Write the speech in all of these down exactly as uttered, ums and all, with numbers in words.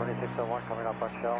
twenty-six oh one coming up on shell.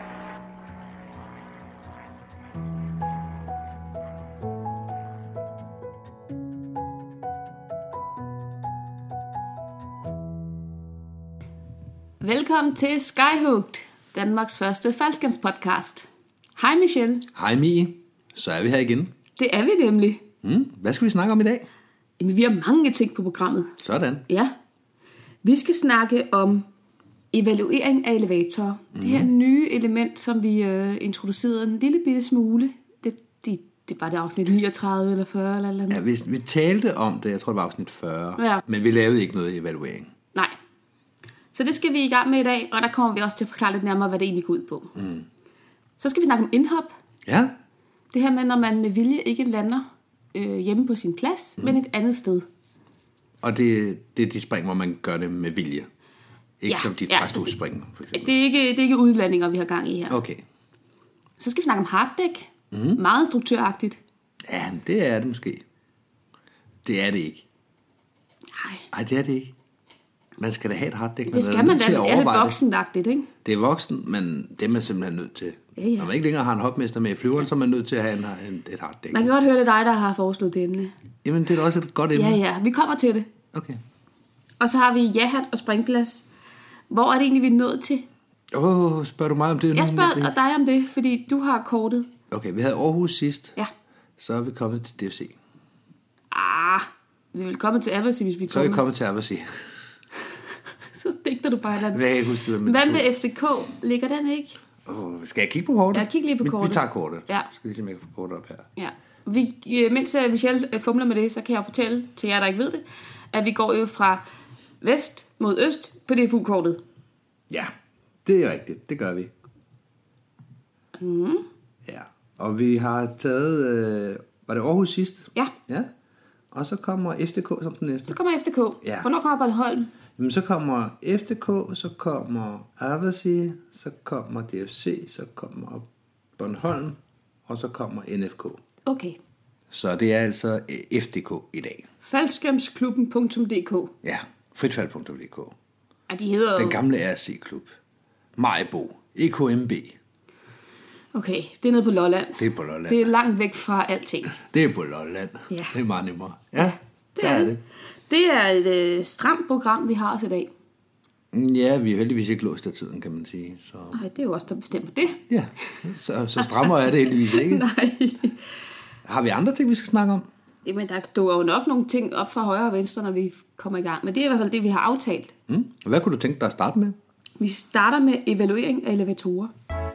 Velkommen til Skyhooked, Danmarks første faldskærmspodcast. Hej Michelle. Hej Mie, så er vi her igen. Det er vi nemlig. Mm, hvad skal vi snakke om i dag? Jamen, vi har mange ting på programmet. Sådan. Ja. Vi skal snakke om evaluering af elevatorer. Mm. Det her nye element, som vi øh, introducerede en lille bitte smule. Det, det, det var det afsnit niogtredive eller fyrre eller eller andet. Ja, vi, vi talte om det, jeg tror det var afsnit fyrre, ja. Men vi lavede ikke noget evaluering. Nej. Så det skal vi i gang med i dag, og der kommer vi også til at forklare lidt nærmere, hvad det egentlig går ud på. Mm. Så skal vi snakke om indhop. Ja. Det her med, når man med vilje ikke lander øh, hjemme på sin plads, mm. men et andet sted. Og det, det er de spring, hvor man gør det med vilje. Ikke ja, som dit ja. præstosspring, for eksempel. Det er, ikke, det er ikke udlandinger, vi har gang i her. Okay. Så skal vi snakke om harddæk. Mm. Meget instruktøragtigt. Ja, det er det måske. Det er det ikke. Nej. Nej, det er det ikke. Man skal da have et harddæk. Det skal man da. Det er lidt voksenagtigt, ikke? Det er voksen, men det er man simpelthen nødt til. Ja, ja. Når man ikke længere har en hopmester med i flyveren, så er man nødt til at have en, en, et harddæk. Man kan godt høre, det er dig, der har foreslået det emne. Jamen, det er da også et godt emne. Ja, ja. Vi kommer til det. Okay. Og så har vi ja-hat og springplads. Hvor er det egentlig, vi er nået til? Åh, oh, spørger du mig om det? Jeg spørger dig om det, fordi du har kortet. Okay, vi havde Aarhus sidst. Ja. Så er vi kommet til D F C. Ah, vi vil komme til Abbasi, hvis vi kommer. Så er vi kommet til Abbasi. Så digter du bare den. Hvad kan jeg huske, det var med Hvad med F D K? Ligger den ikke? Oh, skal jeg kigge på kortet? Ja, kig lige på kortet. Vi, vi tager kortet. Ja. Så skal vi se, om jeg kan få kortet op her. Ja. Vi, mens Michelle fumler med det, så kan jeg fortælle til jer, der ikke ved det, at vi går jo fra vest mod øst på D F U-kortet. Ja, det er rigtigt. Det gør vi. Mm. Ja, og vi har taget... Øh, var det Aarhus sidst? Ja. Ja. Og så kommer F D K som den næste. Så kommer F D K. Ja. Hvornår kommer Bornholm? Jamen, så kommer F D K, så kommer Abbasi, så kommer D F C, så kommer Bornholm, og så kommer N F K. Okay. Så det er altså F D K i dag. Faldskærmsklubben punktum d k. Ja, fritfald punktum d k. Og de hedder Den gamle R C-klub. Majbo. E K M B. Okay, det er nede på Lolland. Det er på Lolland. Det er langt væk fra alting. Det er på Lolland. Ja. Det er meget nemmere. Ja, det der er er det. det. Det er et øh, stramt program, vi har os i dag. Ja, vi er heldigvis ikke låst af tiden, kan man sige. Så... Nej, det er jo også der bestemmer det. Ja, så, så strammer er det heldigvis ikke. Nej. Har vi andre ting, vi skal snakke om? Jamen, der dukker jo nok nogle ting op fra højre og venstre, når vi kommer i gang. Men det er i hvert fald det, vi har aftalt. Mm. Hvad kunne du tænke dig at starte med? Vi starter med evaluering af elevatorer.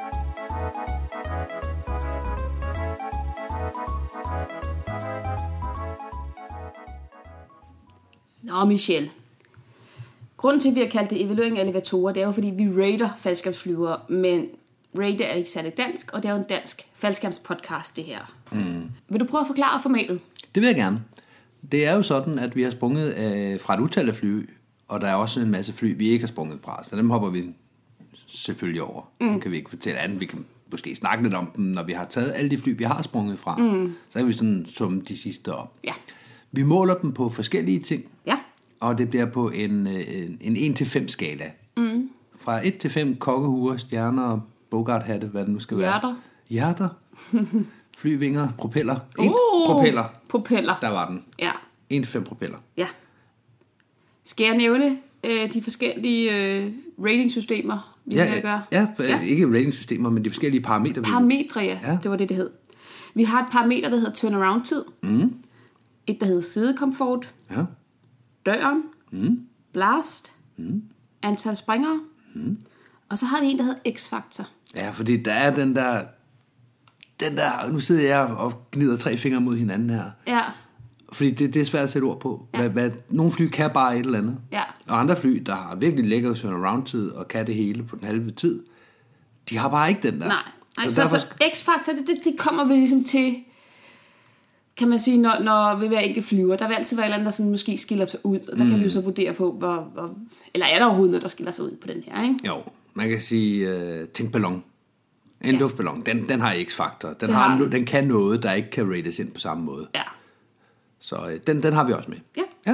Nå, Michelle. Grunden til, at vi har kaldt det evaluering af elevatorer, det er jo, fordi vi rater faldskærmsflyvere, men rate er ikke særlig dansk, og det er jo en dansk faldskærmspodcast, det her. Mm. Vil du prøve at forklare formatet? Det vil jeg gerne. Det er jo sådan, at vi har sprunget øh, fra et utal af fly, og der er også en masse fly, vi ikke har sprunget fra, så dem hopper vi selvfølgelig over. Mm. Det kan vi ikke fortælle andet. Vi kan måske snakke lidt om dem, når vi har taget alle de fly, vi har sprunget fra. Mm. Så er vi sådan som de sidste op. Ja. Vi måler dem på forskellige ting. Ja. Og det bliver på en, en, en en til fem skala. Mm. Fra et til fem kokkehuer, stjerner, Bogart-hatte, hvad det nu skal Hjerter. være. Hjerter. Flyvinger, propeller. En Uh, propeller. Propeller. Der var den. Ja. en til fem propeller. Ja. Skal jeg nævne øh, de forskellige øh, ratingsystemer, vi Ja, skal gøre? ja, ja, ikke ratingsystemer, men de forskellige parametre. Parametre, ja. Ja. Det var det, det hed. Vi har et parameter, der hedder turnaround-tid. Mm. Et, der hedder sidekomfort. Ja. Døren. Mm. Blast. Mm. Antal springere. Mm. Og så har vi en, der hedder X-faktor. Ja, fordi der er den der... Den der... Nu sidder jeg og gnider tre fingre mod hinanden her. Ja. Fordi det, det er svært at sætte ord på. Ja. Hvad, hvad, nogle fly kan bare et eller andet. Ja. Og andre fly, der har virkelig lækker turnaround-tid og kan det hele på den halve tid, de har bare ikke den der. Nej. Nej, så, så, så, derfor... så X-faktor, det, det, det kommer vi ligesom til, kan man sige, når, når vi hver enkelt flyver. Der vil altid være et eller andet, der sådan måske skiller sig ud, og der mm. kan vi jo så vurdere på, hvor, hvor, eller er der overhovedet noget, der skiller sig ud på den her, ikke? Jo, man kan sige, uh, tænk ballon. En ja. luftballon, den, den har X-faktor. Den, har har, den kan noget, der ikke kan rates ind på samme måde. Ja. Så uh, den, den har vi også med. Ja. Ja.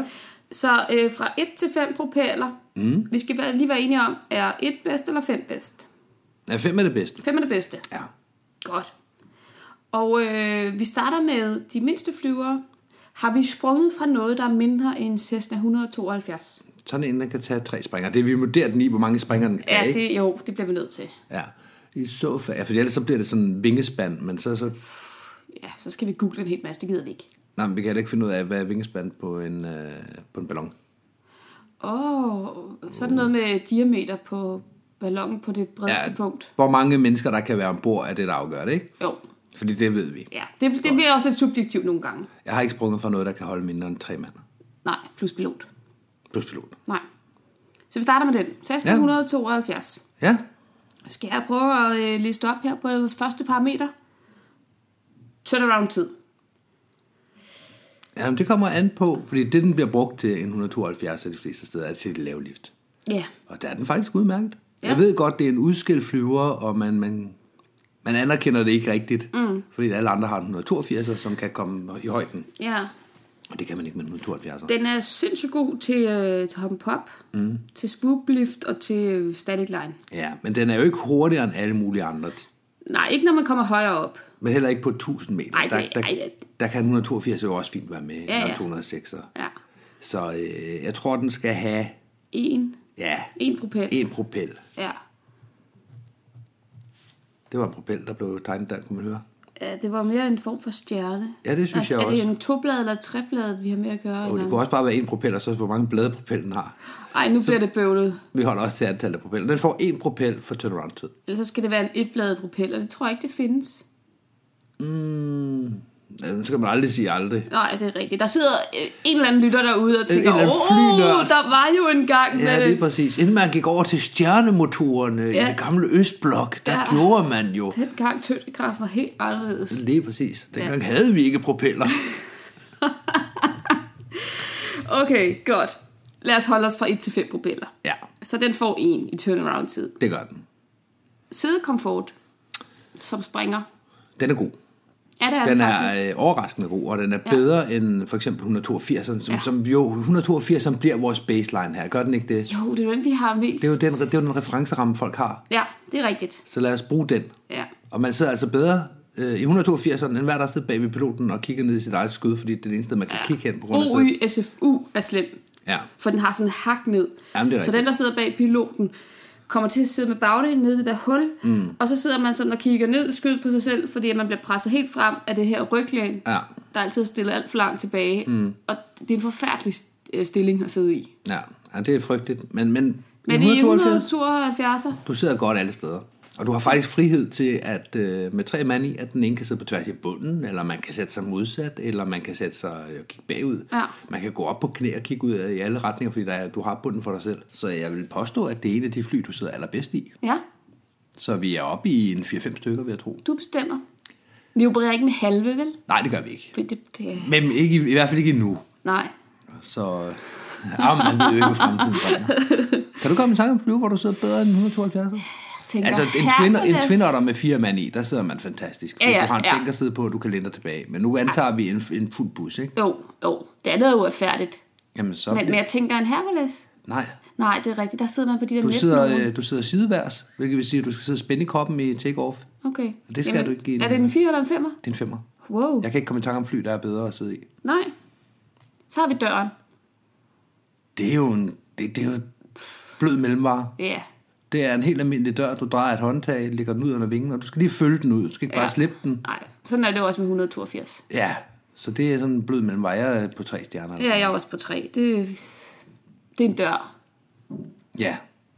Så øh, fra et til fem propeller, mm. vi skal være, lige være enige om, er et bedst eller fem bedst? Ja, fem er det bedste. Fem er det bedste? Ja. Godt. Og øh, vi starter med de mindste flyvere. Har vi sprunget fra noget, der er mindre end Cessna et hundrede tooghalvfjerds? Sådan en, der kan tage tre springer. Det er vi vurderet den i, hvor mange springer den kan, ja, ikke? det, jo, det bliver vi nødt til. Ja, i så fald. Ja, for ellers så bliver det sådan en vingespand, men så... så... Ja, så skal vi google en hel masse, det gider vi ikke. Nej, men vi kan heller ikke finde ud af, hvad er vingespand på en, øh, på en ballon. Åh, oh, så er det noget med diameter på ballonen på det bredeste ja, punkt. Hvor mange mennesker, der kan være ombord, er det, der afgør det, ikke? Jo. Fordi det ved vi. Ja, det, det bliver også lidt subjektivt nogle gange. Jeg har ikke sprunget fra noget, der kan holde mindre end tre mand. Nej, plus pilot. Plus pilot. Nej. Så vi starter med den. Cessna ja. et hundrede tooghalvfjerds. Ja. Skal jeg prøve at øh, liste op her på det første parameter? Turnaround-tid. Jamen, det kommer an på, fordi det, den bliver brugt til en et hundrede tooghalvfjerds af de fleste steder, er til et lavlift. Ja. Og der er den faktisk udmærket. Ja. Jeg ved godt, det er en udskilt flyver, og man, man, man anerkender det ikke rigtigt, mm. fordi alle andre har en et hundrede toogfirs, som kan komme i højden. Ja. Og det kan man ikke med en et hundrede tooghalvfjerds. Den er sindssygt god til, øh, til hop and pop, mm. til swooplift og til static line. Ja, men den er jo ikke hurtigere end alle mulige andre. Nej, ikke når man kommer højere op. Men heller ikke på tusind meter. Ej, der, det, der, ej, der kan en et hundrede toogfirs jo også fint være med, ja, ja. eller to hundrede og seks. Ja. Så øh, jeg tror, den skal have... En. Ja. En propel. En propel. Ja. Det var en propel, der blev tegnet der, kunne man høre. Ja, det var mere en form for stjerne. Ja, det synes altså, jeg er også. Er det en toblad eller treblad, vi har med at gøre? Oh, det kunne også bare være en propel, og så hvor mange blade propellen har. Ej, nu så bliver det bøvlet. Vi holder også til antallet af propeller. Den får en propel for turnaround-tid. Ellers så skal det være en etbladet propel, og det tror jeg ikke, det findes. Mm, det skal man aldrig sige aldrig. Nej, det er rigtigt. Der sidder en eller anden lytter derude og tænker, åh, oh, der var jo en gang med ja, det. det er præcis. Inden man gik over til stjernemotorerne ja. i det gamle Østblok, der ja. gjorde man jo. Dengang tyngdekraft var helt anderledes. Lige præcis. Dengang ja. havde vi ikke propeller. Okay, godt. Lad os holde os fra et til fem propeller. Ja. Så den får en i turnaround-tid. Det gør den. Sidekomfort, som springer. Den er god. Ja, det er den den er øh, overraskende god, og den er bedre ja. end for eksempel et hundrede toogfirs, som, ja. som jo et hundrede toogfirs som bliver vores baseline her. Gør den ikke det? Jo, det er den, vi har mest. Det er jo den, det er jo den referenceramme, folk har. Ja, det er rigtigt. Så lad os bruge den. Ja. Og man sidder altså bedre øh, i et hundrede toogfirs, end hver der sidder bag ved piloten og kigger ned i sit eget skud, fordi det er det eneste, man kan ja. kigge hen på grund af O Y S F U er slem. Ja. For den har sådan en hak ned. Jamen, det er så den, der sidder bag piloten, kommer til at sidde med bagdelen nede i det der hul, mm. og så sidder man sådan og kigger ned i skydet på sig selv, fordi man bliver presset helt frem af det her ryglæn, ja. der altid stiller alt for langt tilbage, mm. og det er en forfærdelig stilling at sidde i. Ja, ja det er frygteligt. Men, men, men i et hundrede tooghalvfjerds du sidder godt alle steder. Og du har faktisk frihed til, at øh, med tre mand i, at den ene kan sidde på tværs i bunden, eller man kan sætte sig modsat, eller man kan sætte sig og kigge bagud. Ja. Man kan gå op på knæ og kigge ud i alle retninger, fordi der er, du har bunden for dig selv. Så jeg vil påstå, at det er en af de fly, du sidder allerbedst i. Ja. Så vi er oppe i en fire fem stykker, vil jeg tro. Du bestemmer. Vi opererer ikke med halve, vel? Nej, det gør vi ikke. Det, det... Men ikke, i hvert fald ikke endnu. Nej. Så ja, man ved jo ikke, hvad fremtiden kommer. Kan du komme i tanke om flyve, hvor du sidder bedre end et hundrede tooghalvfjerds? Tænker, altså en twinner, en twinner der med fire mand i, der sidder man fantastisk. Ja, ja, du har en ja. bænk at sidde på, og du kan læne dig tilbage. Men nu antager ja. vi en, en fuld bus, ikke? Jo, jo. Det andet er jo uretfærdigt. Jamen, så men, men jeg tænker en Hercules. Nej. Nej, det er rigtigt. Der sidder man på de der du sidder, øh, du sidder sideværs, hvilket vil sige, at du skal sidde spænde i kroppen i take-off. Okay. Og det skal Jamen, du ikke give. Er det en fire eller en femmer? Det er en femmer. Wow. Jeg kan ikke komme i tanke om fly, der er bedre at sidde i. Nej. Så har vi døren. Det er jo en det, det er jo blød mellemvare. Ja. Yeah. Det er en helt almindelig dør. Du drejer et håndtag, lægger den ud under vingen, og du skal lige følge den ud. Du skal ikke ja. bare slippe den. Nej, sådan er det jo også med et hundrede toogfirs. Ja, så det er sådan en blød mellemvare. Jeg er på tre stjerner. Ja, jeg er også på tre. Det, det er en dør. Ja.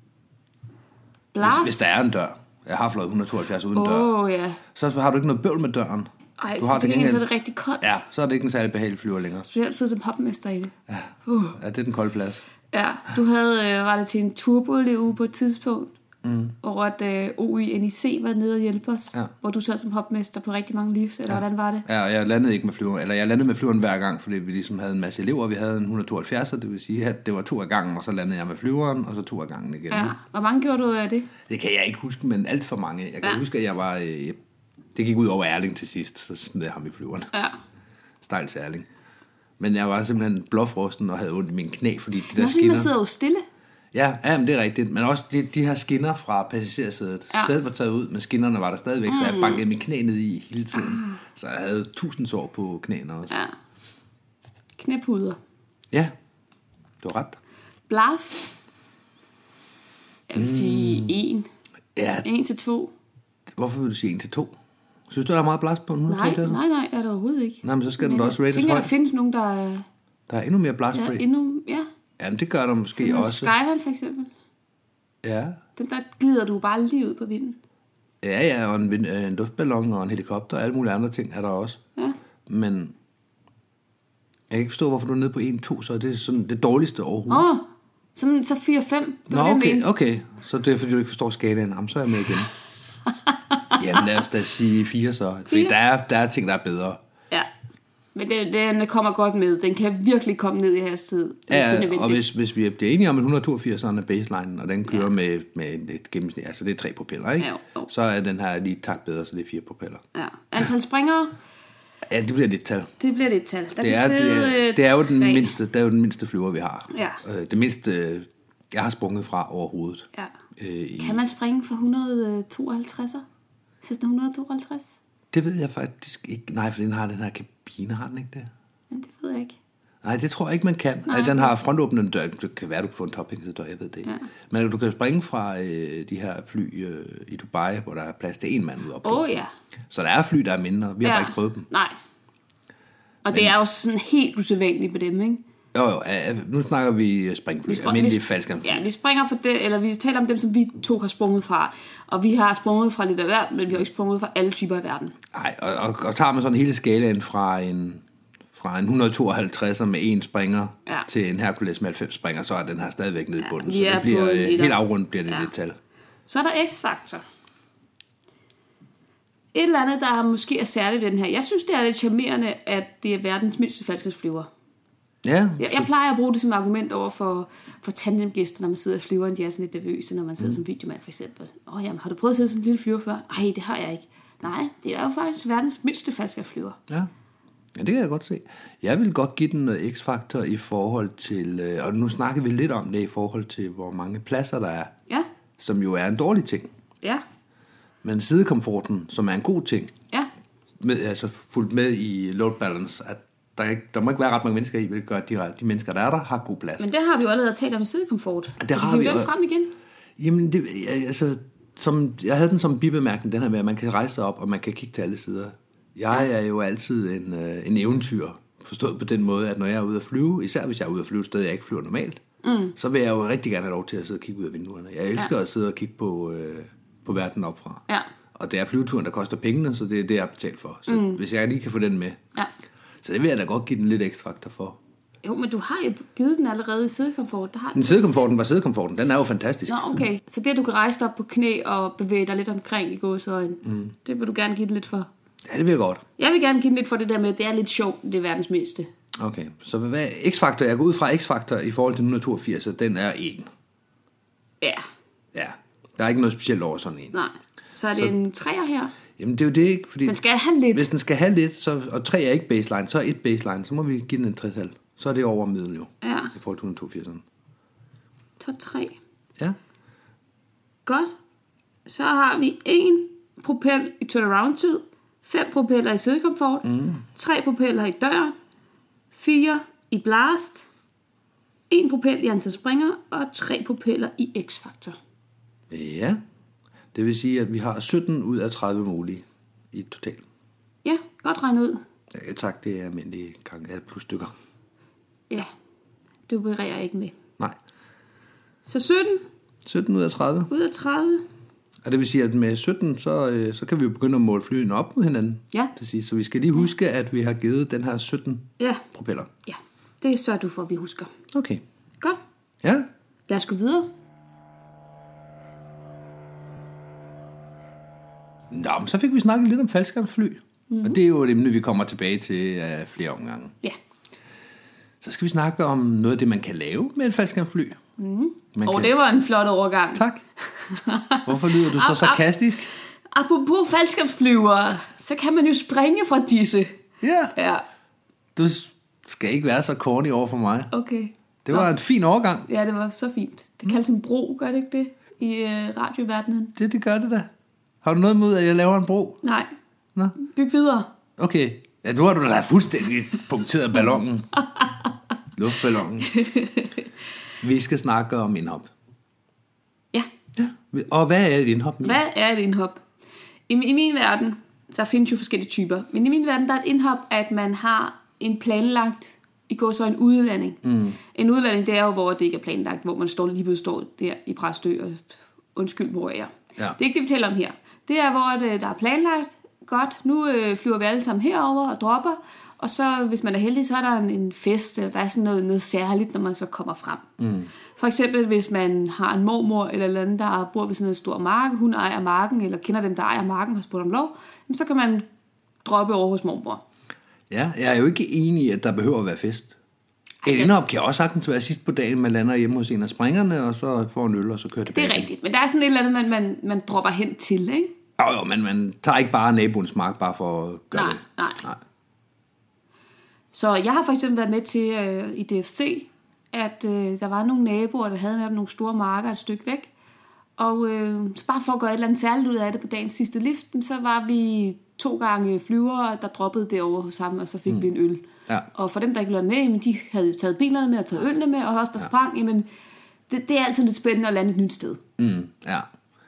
Blast. Hvis, hvis der er en dør. Jeg har fløjet et hundrede tooghalvfjerds uden oh, dør. Åh, ja. Så har du ikke noget bøvl med døren. Ej, du så har til gengæld så er det rigtig koldt. Ja, så er det ikke en særlig behagelig flyver længere. Specielt sidde som hopmester i det. Ja. Uh. ja, det er den kolde plads. Ja, du havde øh, rettet til en turboelev på et tidspunkt, mm. hvor at øh, O Y N I C var nede og hjælpe os, ja. Hvor du sad som hopmester på rigtig mange lifts, eller ja. Hvordan var det? Ja, og jeg landede ikke med flyveren, eller jeg landede med flyveren hver gang, fordi vi ligesom havde en masse elever. Vi havde en et hundrede tooghalvfjerds, det vil sige, at det var to af gangen, og så landede jeg med flyveren, og så to af gangen igen. Ja, hvor mange gjorde du af det? Det kan jeg ikke huske, men alt for mange. Jeg kan ja. huske, at jeg var... Øh, det gik ud over Erling til sidst, så smed jeg ham i flyveren. Ja. Stejls Erling. Men jeg var simpelthen blåfrosten og havde ondt i mine knæ, fordi de der Nå, skinner... man sidder jo stille. Ja, ja, men det er rigtigt. Men også de, de her skinner fra passagersædet. Ja. Sædet var taget ud, men skinnerne var der stadigvæk, mm. så jeg bankede mine knæ ned i hele tiden. Ah. Så jeg havde tusind sår på knæene også. Ja. Knæpuder. Ja, du har ret. Blast. Jeg vil mm. sige en. Ja. En til to. Hvorfor vil du sige en til to? Synes du, der er meget blast på en Nej, nej, nej, er der overhovedet ikke. Nej, men så skal men den da også rates højt. Jeg tænker, der findes nogen, der er... Der er endnu mere blast-free. Ja, endnu, ja. Jamen, det gør der måske sådan også. Skyline for eksempel. Ja. Den der glider du bare lige ud på vinden. Ja, ja, og en, en luftballon og en helikopter og alle mulige andre ting er der også. Ja. Men jeg kan ikke forstå, hvorfor du er nede på en to, så er det sådan det dårligste overhovedet. Åh, oh, så, så fire fem. Nå, okay, okay. Så det er, fordi du ikke forstår skalaen. Jamen, så er jeg med igen. Jamen, lad os da sige fire så. Fordi der er, der er ting, der er bedre. Ja, men det, den kommer godt med. Den kan virkelig komme ned i hastighed. Ja, og hvis, hvis vi bliver enige om, at et hundrede og toogfirs er baseline, og den kører ja. med, med et gennemsnit, altså det er tre propeller, ikke? Ja, jo. Så er den her lige tak bedre, så det er fire propeller. Ja. Antal springere? Ja, det bliver lidt tal. Det bliver lidt tal. Der det, er, det, er, det, er jo den mindste, det er jo den mindste flyver, vi har. Ja. Det mindste, jeg har sprunget fra overhovedet. Ja. Øh, i... Kan man springe for et hundrede og tooghalvtredser? Cessna et hundrede og tooghalvtreds? Det ved jeg faktisk ikke. Nej, for den har den her kabine, har den ikke det? Men det ved jeg ikke. Nej, det tror jeg ikke, man kan. Nej, den har frontåbnende dør. Det kan være, du kan få en tophængset dør, jeg ved det ikke. Ja. Men du kan springe fra øh, de her fly øh, i Dubai, hvor der er plads til en mand ude oppe. Åh oh, ja. Så der er fly, der er mindre. Vi har ja. bare ikke prøvet dem. Nej. Og Men... det er jo sådan helt usædvanligt på dem, ikke? Jo, jo. Nu snakker vi springfly. Vi spring, almindelige faldskærmsfly. Ja, vi springer fra det, eller vi taler om dem, som vi to har sprunget fra. Og vi har sprunget fra lidt af hvert, men vi har ikke sprunget fra alle typer af verden. Nej, og, og, og tager man sådan hele skalaen fra en, fra en et hundrede og tooghalvtreds med en springer ja. til en Hercules med halvfems springer, så er den her stadigvæk nede i bunden. Ja, så det bliver, helt afrundet bliver det ja. det tal. Så er der X-faktor. Et eller andet, der måske er særligt ved den her. Jeg synes, det er lidt charmerende, at det er verdens mindste faldskærmsflyver. Ja. Jeg, jeg plejer at bruge det som argument over for, for tandemgæster, når man sidder og flyver, de er sådan lidt nervøse, når man sidder mm. som videomand for eksempel. Åh, jamen, har du prøvet at sidde sådan en lille flyver før? Nej, det har jeg ikke. Nej, det er jo faktisk verdens mindste faldskærmsflyver. Ja. Ja, det kan jeg godt se. Jeg vil godt give den noget X-faktor i forhold til, og nu snakker vi lidt om det i forhold til, hvor mange pladser der er, ja. som jo er en dårlig ting. Ja. Men sidekomforten, som er en god ting, ja. med, altså fuldt med i load balance, at der, ikke, der må ikke være ret mange mennesker i, hvilket gør, at de, de mennesker, der er der, har god plads. Men det har vi jo allerede talt om i sidekomfort. Det har vi jo. frem igen? Jamen, det, altså, som, jeg havde den som bibemærkning, den her med, at man kan rejse sig op, og man kan kigge til alle sider. Jeg er jo altid en, en eventyr, forstået på den måde, at når jeg er ude at flyve, især hvis jeg er ude at flyve et sted, jeg ikke flyver normalt, mm. så vil jeg jo rigtig gerne have lov til at sidde og kigge ud af vinduerne. Jeg elsker ja. at sidde og kigge på, øh, på verden opfra. Ja. Og det er flyveturen, der koster pengene, så det er det, jeg har betalt for. Så mm. hvis jeg lige kan få den med, ja. så det vil jeg da godt give den lidt ekstra faktor for. Jo, men du har jo givet den allerede i sidekomfort. Der har den sidekomforten var sidekomforten. Den er jo fantastisk. Nå, okay. Så det, at du kan rejse dig op på knæ og bevæge dig lidt omkring i gåseøjne, mm. det vil du gerne give den lidt for? Ja, det vil jeg godt. Jeg vil gerne give den lidt for det der med, at det er lidt sjovt, det er verdens mindste. Okay, så hvad X-faktor? Jeg går ud fra X-faktor i forhold til et hundrede og toogfirs, så den er en. Ja. Ja, der er ikke noget specielt over sådan en. Nej, så er det så, en treer her. Jamen det er jo det ikke, fordi... Den skal have lidt. Hvis den skal have lidt, så, og tre er ikke baseline, så er et baseline, så må vi give den en tre-tal. Så er det over middel jo, ja. i forhold til et hundrede og toogfirs. Så tre. Ja. Godt. Så har vi en propel i turnaround-tid, fem propeller i sidekomfort, mm. tre propeller i døren, fire i blast, en propel i antal springer og tre propeller i X-faktor. Ja, det vil sige, at vi har sytten ud af tredive mulige i total. Ja, godt regnet ud. Ja, tak, det er almindelige gange plus stykker. Ja, du opererer ikke med. Nej. Så sytten? sytten ud af tredive. Ud af tredive. Og det vil sige, at med sytten, så, så kan vi jo begynde at måle flyene op mod hinanden. Ja. Til sidst. Så vi skal lige huske, at vi har givet den her sytten ja. propeller. Ja, det sørger du for, at vi husker. Okay. Godt. Ja. Lad os gå videre. Nå, men så fik vi snakket lidt om faldskærmsfly. Mm-hmm. Og det er jo et emne, vi kommer tilbage til uh, flere omgange. Ja. Så skal vi snakke om noget af det, man kan lave med et faldskærmsfly. Mm. Og kan... det var en flot overgang. Tak. Hvorfor lyder du så sarkastisk? Apropos faldskærmsflyvere, så kan man jo springe fra disse. Ja. Ja. Du, skal ikke være så corny over for mig. Okay. Det var en fin overgang. Ja, det var så fint. Det kaldes en bro, gør det ikke det? I øh, radioverdenen. Det, det gør det da. Har du noget imod, at jeg laver en bro? Nej. Nå. Byg videre. Okay. Ja, nu har du da fuldstændig punkteret ballonen. Luftballonen. Vi skal snakke om indhop. Ja. Ja. Og hvad er et indhop? Hvad er et indhop? I, I min verden, der findes jo forskellige typer. Men i min verden, der er et indhop, at man har en planlagt, i går så en udlanding. Mm. En udlanding, det er jo, hvor det ikke er planlagt, hvor man står lige pludselig står der i Præstø, og undskyld, hvor jeg er. Ja. Det er ikke det, vi taler om her. Det er, hvor det, der er planlagt, godt, nu øh, flyver vi alle sammen herover og dropper, og så, hvis man er heldig, så er der en, en fest, eller der er sådan noget, noget særligt, når man så kommer frem. Mm. For eksempel, hvis man har en mormor eller eller andet, der bor ved sådan en stor mark, hun ejer marken, eller kender dem, der ejer marken og har spurgt om lov, så kan man droppe over hos mormor. Ja, jeg er jo ikke enig i, at der behøver at være fest. Et indhop kan også sagtens være sidst på dagen, man lander hjemme hos en af springerne, og så får en øl, og så kører tilbage. Det er rigtigt, men der er sådan et eller andet, man, man, man dropper hen til, ikke? Jo, jo, men man tager ikke bare naboens mark, bare for at gøre nej, det. Nej, nej. Så jeg har for eksempel været med til øh, i D F C, at øh, der var nogle naboer, der havde nogle store marker et stykke væk. Og øh, så bare for at gøre et eller andet særligt ud af det på dagens sidste lift, så var vi to gange flyvere, der droppede det over hos ham, og så fik mm. vi en øl. Ja. Og for dem, der ikke ville være med, jamen, de havde taget bilerne med og taget ølene med, og os, der ja. sprang, jamen, det, det er altid lidt spændende at lande et nyt sted. Mm, ja.